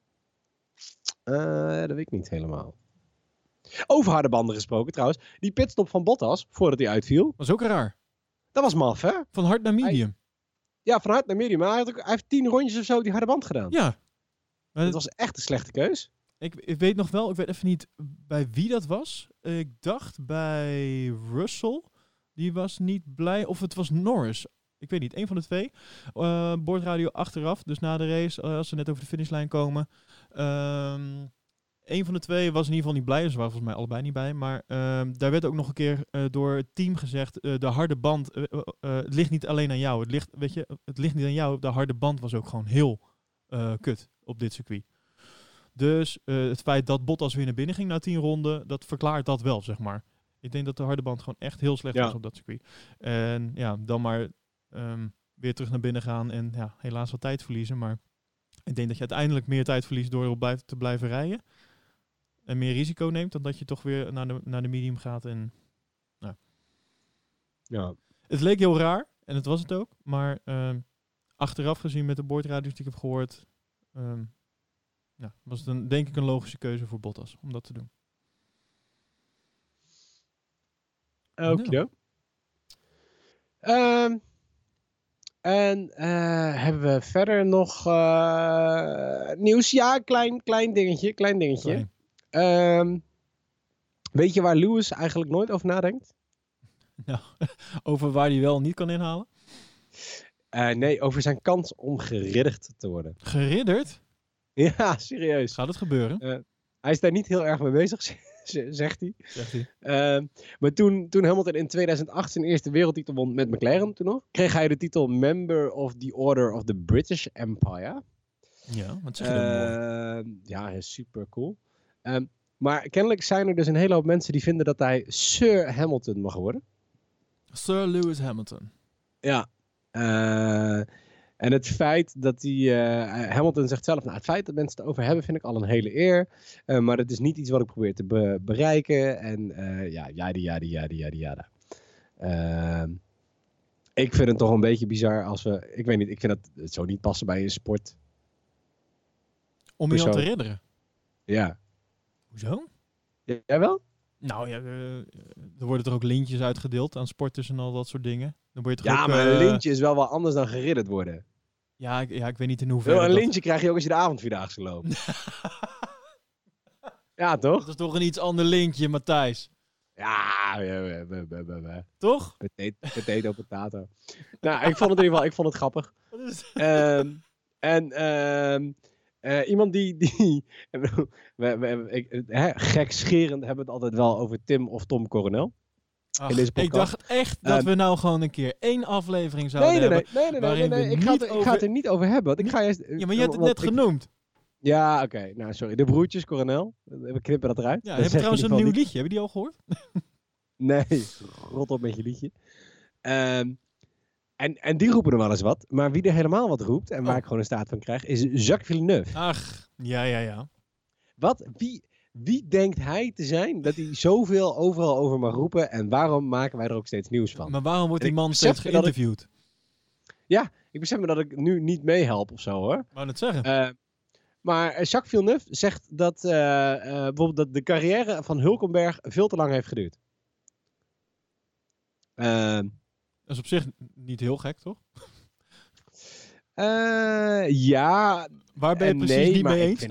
Dat weet ik niet helemaal. Over harde banden gesproken trouwens. Die pitstop van Bottas, voordat hij uitviel. Was ook raar. Dat was maf, hè? Van hard naar medium. Ja, van hard naar medium. Maar hij heeft 10 rondjes of zo die harde band gedaan. Ja. Maar Dat was echt een slechte keus. ik weet nog wel, ik weet even niet bij wie dat was. Ik dacht bij Russell. Die was niet blij. Of het was Norris. Ik weet niet, één van de twee. Boordradio achteraf, dus na de race, als ze net over de finishlijn komen. Een van de twee was in ieder geval niet blij. Ze waren volgens mij allebei niet bij. Maar daar werd ook nog een keer door het team gezegd, de harde band, het ligt niet alleen aan jou. Het ligt niet aan jou. De harde band was ook gewoon heel kut op dit circuit. Dus het feit dat Bottas weer naar binnen ging na 10 ronden, dat verklaart dat wel, zeg maar. Ik denk dat de harde band gewoon echt heel slecht was op dat circuit. En ja, dan maar weer terug naar binnen gaan en ja, helaas wat tijd verliezen. Maar ik denk dat je uiteindelijk meer tijd verliest door te blijven rijden. En meer risico neemt dan dat je toch weer naar de medium gaat. En, nou. Ja. Het leek heel raar, en het was het ook. Maar achteraf gezien met de boordradios die ik heb gehoord, was het denk ik een logische keuze voor Bottas om dat te doen. Oké. En hebben we verder nog nieuws? Ja, klein dingetje. Klein. Weet je waar Lewis eigenlijk nooit over nadenkt? Nou, over waar hij wel niet kan inhalen? Nee, over zijn kans om geridderd te worden. Geridderd? Ja, serieus. Gaat het gebeuren? Hij is daar niet heel erg mee bezig, zegt hij. Zegt hij. Maar toen Hamilton in 2008 zijn eerste wereldtitel won met McLaren toen nog, kreeg hij de titel Member of the Order of the British Empire. Ja, wat zeg je dan mooi? Ja, super cool. Maar kennelijk zijn er dus een hele hoop mensen die vinden dat hij Sir Hamilton mag worden. Sir Lewis Hamilton. Ja. En het feit dat Hamilton zegt zelf, het feit dat mensen het over hebben vind ik al een hele eer. Maar het is niet iets wat ik probeer te bereiken. En yada. Ik vind het toch een beetje bizar als we, ik weet niet, ik vind dat het zo niet passen bij een sport. Om iemand te ridderen? Ja. Hoezo? Jij wel? Nou ja, er worden toch ook lintjes uitgedeeld aan sporters en al dat soort dingen. Dan word je toch ook, maar een lintje is wel wat anders dan geridderd worden. Ja, ik weet niet in hoeverre. Een lintje krijg je ook als je de avondvierdaagse loopt. Ja, toch? Dat is toch een iets ander lintje, Matthijs? Ja. Toch? Potato, potato. Nou, ik vond het in ieder geval grappig. Iemand die gekscherend hebben we het altijd wel over Tim of Tom Coronel. Ach, in deze podcast. Ik dacht echt dat we nou gewoon een keer 1 aflevering zouden hebben. Nee. Ik ga het er niet over hebben. Want ik ga eerst, ja, maar je hebt het net genoemd. Ja, oké. Nou, sorry. De broertjes Coronel. We knippen dat eruit. Ja, heb je trouwens een nieuw liedje? Hebben die al gehoord? Nee, rot op met je liedje. En die roepen er wel eens wat. Maar wie er helemaal wat roept, en waar ik gewoon een staat van krijg, is Jacques Villeneuve. Ach, ja. Wie denkt hij te zijn dat hij zoveel overal over mag roepen? En waarom maken wij er ook steeds nieuws van? Maar waarom wordt die man steeds geïnterviewd? Ik besef me dat ik nu niet meehelp of zo, hoor. Wou het zeggen. Maar Jacques Villeneuve zegt dat bijvoorbeeld dat de carrière van Hulkenberg veel te lang heeft geduurd. Dat is op zich niet heel gek, toch? Ja. Waar ben je precies niet mee eens?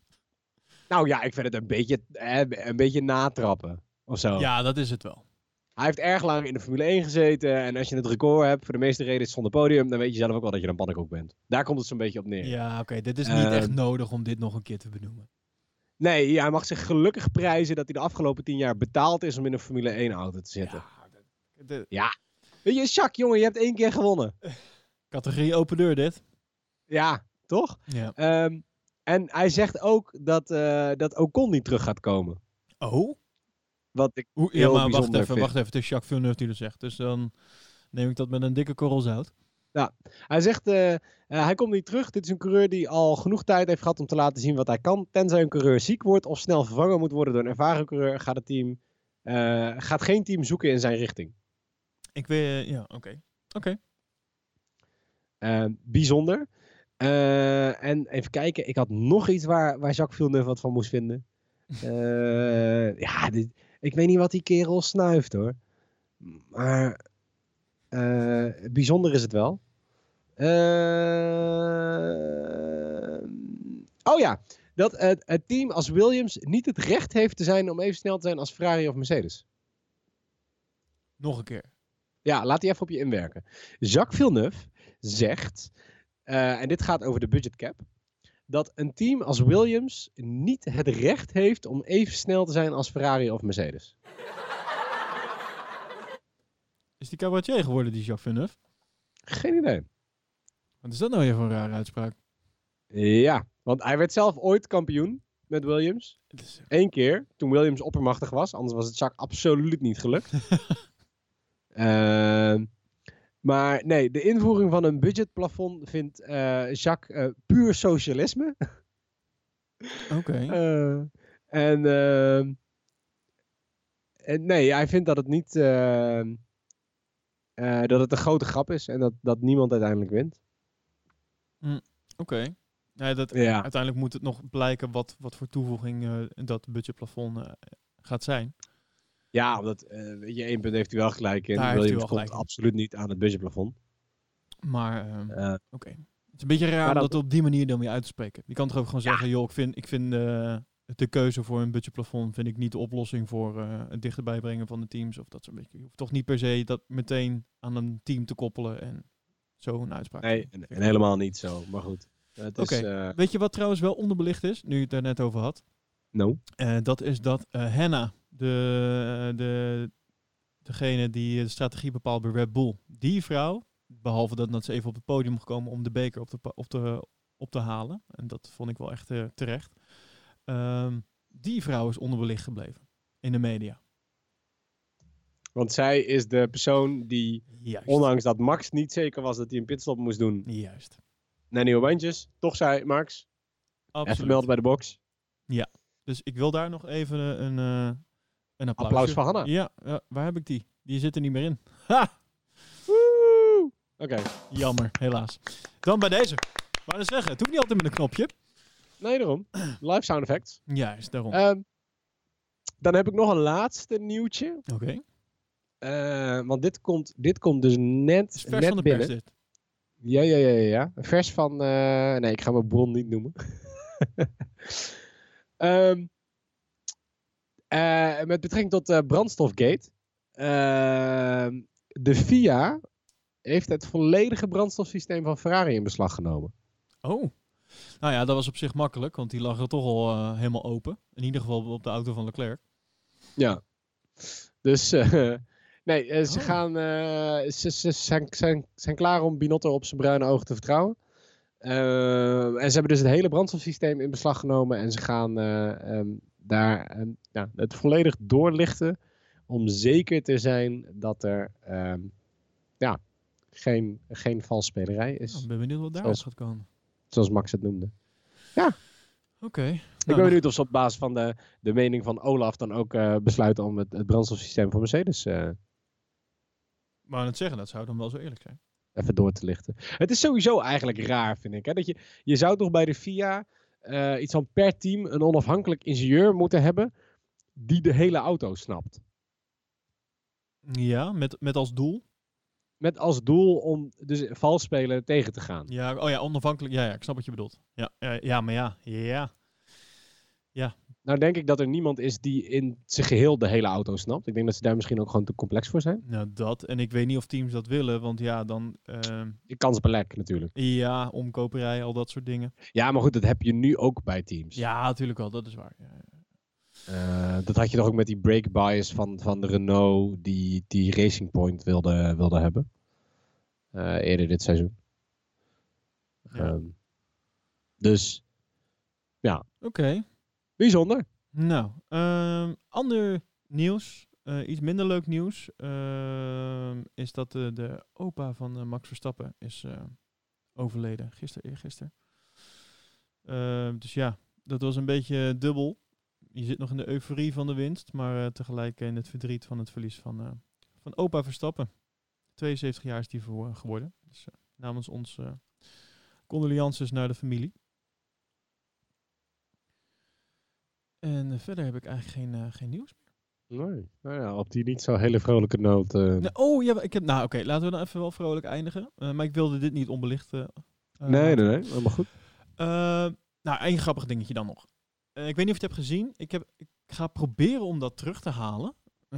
Nou ja, ik vind het een beetje natrappen. Of zo. Ja, dat is het wel. Hij heeft erg lang in de Formule 1 gezeten. En als je het record hebt voor de meeste races zonder podium, dan weet je zelf ook wel dat je een pannenkoek bent. Daar komt het zo'n beetje op neer. Ja, oké. Dit is niet echt nodig om dit nog een keer te benoemen. Nee, hij mag zich gelukkig prijzen dat hij de afgelopen 10 jaar betaald is om in een Formule 1 auto te zitten. Ja. Weet je, Jacques, jongen, je hebt 1 keer gewonnen. Categorie open deur dit. Ja, toch? Ja. En hij zegt ook dat Ocon niet terug gaat komen. Oh? Wat ik Ja, heel maar bijzonder vind. wacht even. Het is Jacques Villeneuve die dat zegt. Dus dan neem ik dat met een dikke korrel zout. Hij zegt, hij komt niet terug. Dit is een coureur die al genoeg tijd heeft gehad om te laten zien wat hij kan. Tenzij een coureur ziek wordt of snel vervangen moet worden door een ervaren coureur, gaat geen team zoeken in zijn richting. Ik weet, ja, oké. Bijzonder. En even kijken, ik had nog iets waar Jacques Villeneuve wat van moest vinden. Ik weet niet wat die kerel snuift hoor. Maar bijzonder is het wel. Oh ja, dat het team als Williams niet het recht heeft te zijn om even snel te zijn als Ferrari of Mercedes. Nog een keer. Ja, laat die even op je inwerken. Jacques Villeneuve zegt, en dit gaat over de budget cap, dat een team als Williams niet het recht heeft om even snel te zijn als Ferrari of Mercedes. Is die cabaretier geworden, die Jacques Villeneuve? Geen idee. Wat is dat nou weer voor een rare uitspraak? Ja, want hij werd zelf ooit kampioen met Williams. 1 keer, toen Williams oppermachtig was. Anders was het Jacques absoluut niet gelukt. Maar nee, de invoering van een budgetplafond vindt Jacques puur socialisme. Oké. En nee, hij vindt dat het niet... dat het een grote grap is en dat niemand uiteindelijk wint. Oké. Ja, uiteindelijk moet het nog blijken wat voor toevoeging dat budgetplafond gaat zijn. Ja, omdat weet je, 1 punt heeft hij wel gelijk in. Daar Williams komt absoluut niet aan het budgetplafond. Maar oké. Het is een beetje raar om dat op die manier dan weer uit te spreken. Je kan toch ook gewoon zeggen, joh, ik vind de keuze voor een budgetplafond vind ik niet de oplossing voor het dichterbij brengen van de teams. Of dat soort beetje. Je hoeft toch niet per se dat meteen aan een team te koppelen en zo een uitspraak. Nee, en helemaal niet zo. Maar goed. Weet je wat trouwens wel onderbelicht is, nu je het daar net over had? No. Dat is dat Hannah, degene die de strategie bepaalt bij Red Bull, die vrouw, behalve dat ze even op het podium gekomen om de beker op te halen, en dat vond ik wel echt terecht, die vrouw is onderbelicht gebleven in de media. Want zij is de persoon die, ondanks dat Max niet zeker was dat hij een pitstop moest doen, juist, naar nieuwe bandjes, toch zei Max, absoluut, even melden bij de box. Ja, dus ik wil daar nog even een applaus voor Hannah. Ja, waar heb ik die? Die zit er niet meer in. Ha! Oké. Jammer, helaas. Dan bij deze. Maar dan zeggen, het hoeft niet altijd met een knopje. Nee, daarom. Live sound effects. Juist, daarom. Dan heb ik nog een laatste nieuwtje. Oké. Want dit komt dus net, is vers net van de binnen. pers dit. Ja. Vers van... nee, ik ga mijn bron niet noemen. Met betrekking tot brandstofgate. De FIA heeft het volledige brandstofsysteem van Ferrari in beslag genomen. Oh. Nou ja, dat was op zich makkelijk, want die lag er toch al helemaal open. In ieder geval op de auto van Leclerc. Ja. Dus nee, ze gaan... Ze zijn klaar om Binotto op zijn bruine ogen te vertrouwen. En ze hebben dus het hele brandstofsysteem in beslag genomen. En ze gaan daar het volledig doorlichten. Om zeker te zijn dat er geen valsspelerij is. Ik ben benieuwd wat daaruit gaat komen. Zoals Max het noemde. Ja. Oké. Ik ben benieuwd of ze op basis van de mening van Olaf dan ook besluiten om het brandstofsysteem van Mercedes... Maar het zeggen, dat zou dan wel zo eerlijk zijn. Even door te lichten. Het is sowieso eigenlijk raar, vind ik. Hè? Dat je zou toch bij de FIA iets van per team een onafhankelijk ingenieur moeten hebben die de hele auto snapt. Ja, met als doel? Met als doel om dus vals spelen tegen te gaan. Ja, onafhankelijk. Ja, ik snap wat je bedoelt. Ja, maar ja. Ja, Nou denk ik dat er niemand is die in zijn geheel de hele auto snapt. Ik denk dat ze daar misschien ook gewoon te complex voor zijn. Nou, dat. En ik weet niet of teams dat willen, want ja, dan... Je kans op een lek natuurlijk. ja, omkoperij, al dat soort dingen. Ja, maar goed, dat heb je nu ook bij teams. Ja, natuurlijk wel, dat is waar. Ja. Dat had je toch ook met die brake bias van de Renault die Racing Point wilde hebben. Eerder dit seizoen. Ja. Dus, ja. Oké. Bijzonder. Nou, ander nieuws, iets minder leuk nieuws, is dat de opa van Max Verstappen is overleden. Eergisteren. Dus ja, dat was een beetje dubbel. Je zit nog in de euforie van de winst, maar tegelijk in het verdriet van het verlies van opa Verstappen. 72 jaar is die geworden. Dus namens ons condolences naar de familie. En verder heb ik eigenlijk geen nieuws meer. Nee, nou ja, op die niet zo hele vrolijke noot. Oké, laten we dan even wel vrolijk eindigen. Maar ik wilde dit niet onbelicht. Nee, helemaal goed. Nou, één grappig dingetje dan nog. Ik weet niet of je het hebt gezien. Ik ga proberen om dat terug te halen.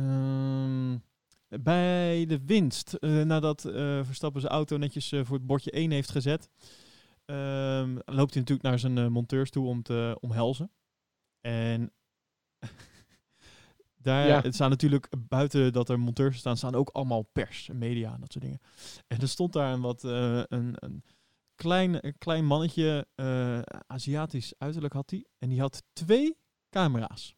Bij de winst, nadat Verstappen zijn auto netjes voor het bordje 1 heeft gezet, loopt hij natuurlijk naar zijn monteurs toe om te omhelzen. En daar staan natuurlijk buiten dat er monteurs staan ook allemaal pers en media en dat soort dingen. En er stond daar een klein mannetje, Aziatisch uiterlijk had hij. En die had 2 camera's.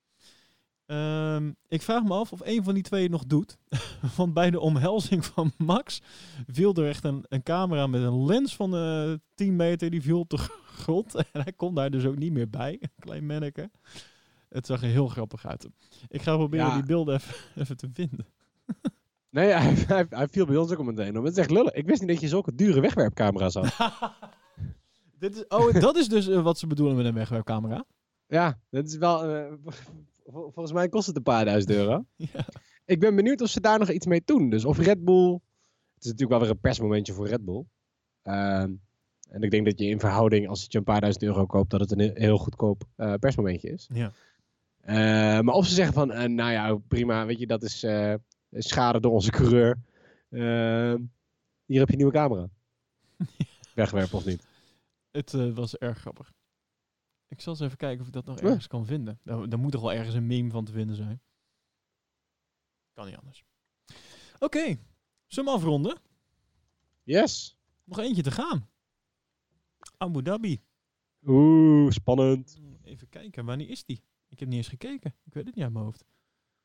Ik vraag me af of een van die 2 het nog doet. Want bij de omhelzing van Max viel er echt een camera met een lens van 10 meter. Die viel op de grond. En hij kon daar dus ook niet meer bij. Een klein manneke. Het zag er heel grappig uit. Ik ga proberen die beelden even te vinden. Nee, hij viel bij ons ook al meteen. Het is echt lullig. Ik wist niet dat je zulke dure wegwerpcamera's had. Dat is dus wat ze bedoelen met een wegwerpcamera. Ja, dat is wel... volgens mij kost het een paar €1000. Ja. Ik ben benieuwd of ze daar nog iets mee doen. Dus of Red Bull... Het is natuurlijk wel weer een persmomentje voor Red Bull. En ik denk dat je in verhouding, als je een paar €1000 koopt, dat het een heel goedkoop persmomentje is. Ja. Maar of ze zeggen van, nou ja, prima, weet je, dat is schade door onze coureur. Hier heb je een nieuwe camera. Wegwerpen of niet. Het was erg grappig. Ik zal eens even kijken of ik dat nog ergens kan vinden. Daar moet toch wel ergens een meme van te vinden zijn. Kan niet anders. Oké, zullen we hem afronden? Yes. Nog eentje te gaan. Abu Dhabi. Oeh, spannend. Even kijken, wanneer is die? Ik heb niet eens gekeken. Ik weet het niet uit mijn hoofd.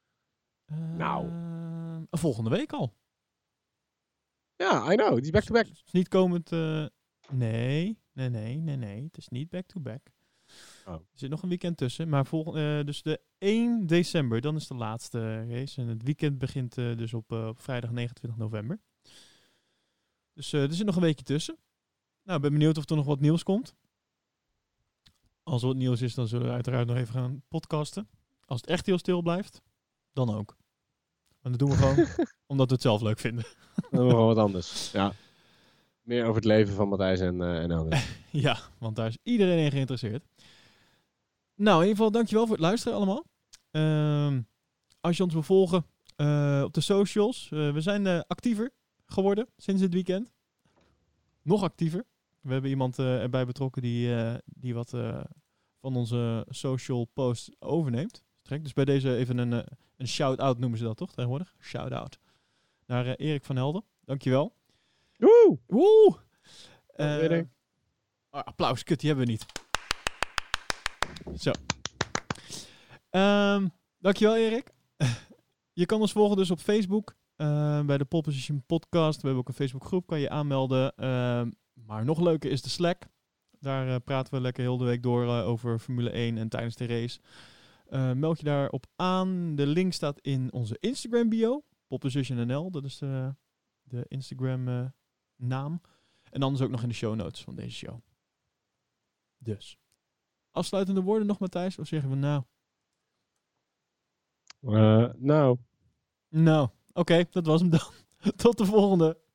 Volgende week al. Ja, I know. Die is back-to-back. Het is niet komend... Nee. Het is niet back-to-back. Oh. Er zit nog een weekend tussen. Maar dus de 1 december, dan is de laatste race. En het weekend begint dus op vrijdag 29 november. Dus er zit nog een weekje tussen. Nou, ik ben benieuwd of er nog wat nieuws komt. Als er wat nieuws is, dan zullen we uiteraard nog even gaan podcasten. Als het echt heel stil blijft, dan ook. Maar dat doen we gewoon omdat we het zelf leuk vinden. Dan doen we gewoon wat anders. Ja. Meer over het leven van Matthijs en Elwin. Ja, want daar is iedereen in geïnteresseerd. Nou, in ieder geval dankjewel voor het luisteren allemaal. Als je ons wil volgen op de socials. We zijn actiever geworden sinds dit weekend. Nog actiever. We hebben iemand erbij betrokken die wat van onze social posts overneemt. Dus bij deze even een shout-out noemen ze dat toch tegenwoordig? Shout-out naar Erik van Helden. Dankjewel. Woe! Woe! Applaus, kut, die hebben we niet. Zo. Dankjewel Erik. Je kan ons volgen dus op Facebook. Bij de Pole Position Podcast. We hebben ook een Facebookgroep, kan je aanmelden. Maar nog leuker is de Slack. Daar praten we lekker heel de week door over Formule 1 en tijdens de race. Meld je daarop aan. De link staat in onze Instagram bio. Pole Position NL, dat is de Instagram naam. En anders ook nog in de show notes van deze show. Dus. Afsluitende woorden nog, Matthijs? Of zeggen we nou? Nou. Nou, oké, dat was hem dan. Tot de volgende.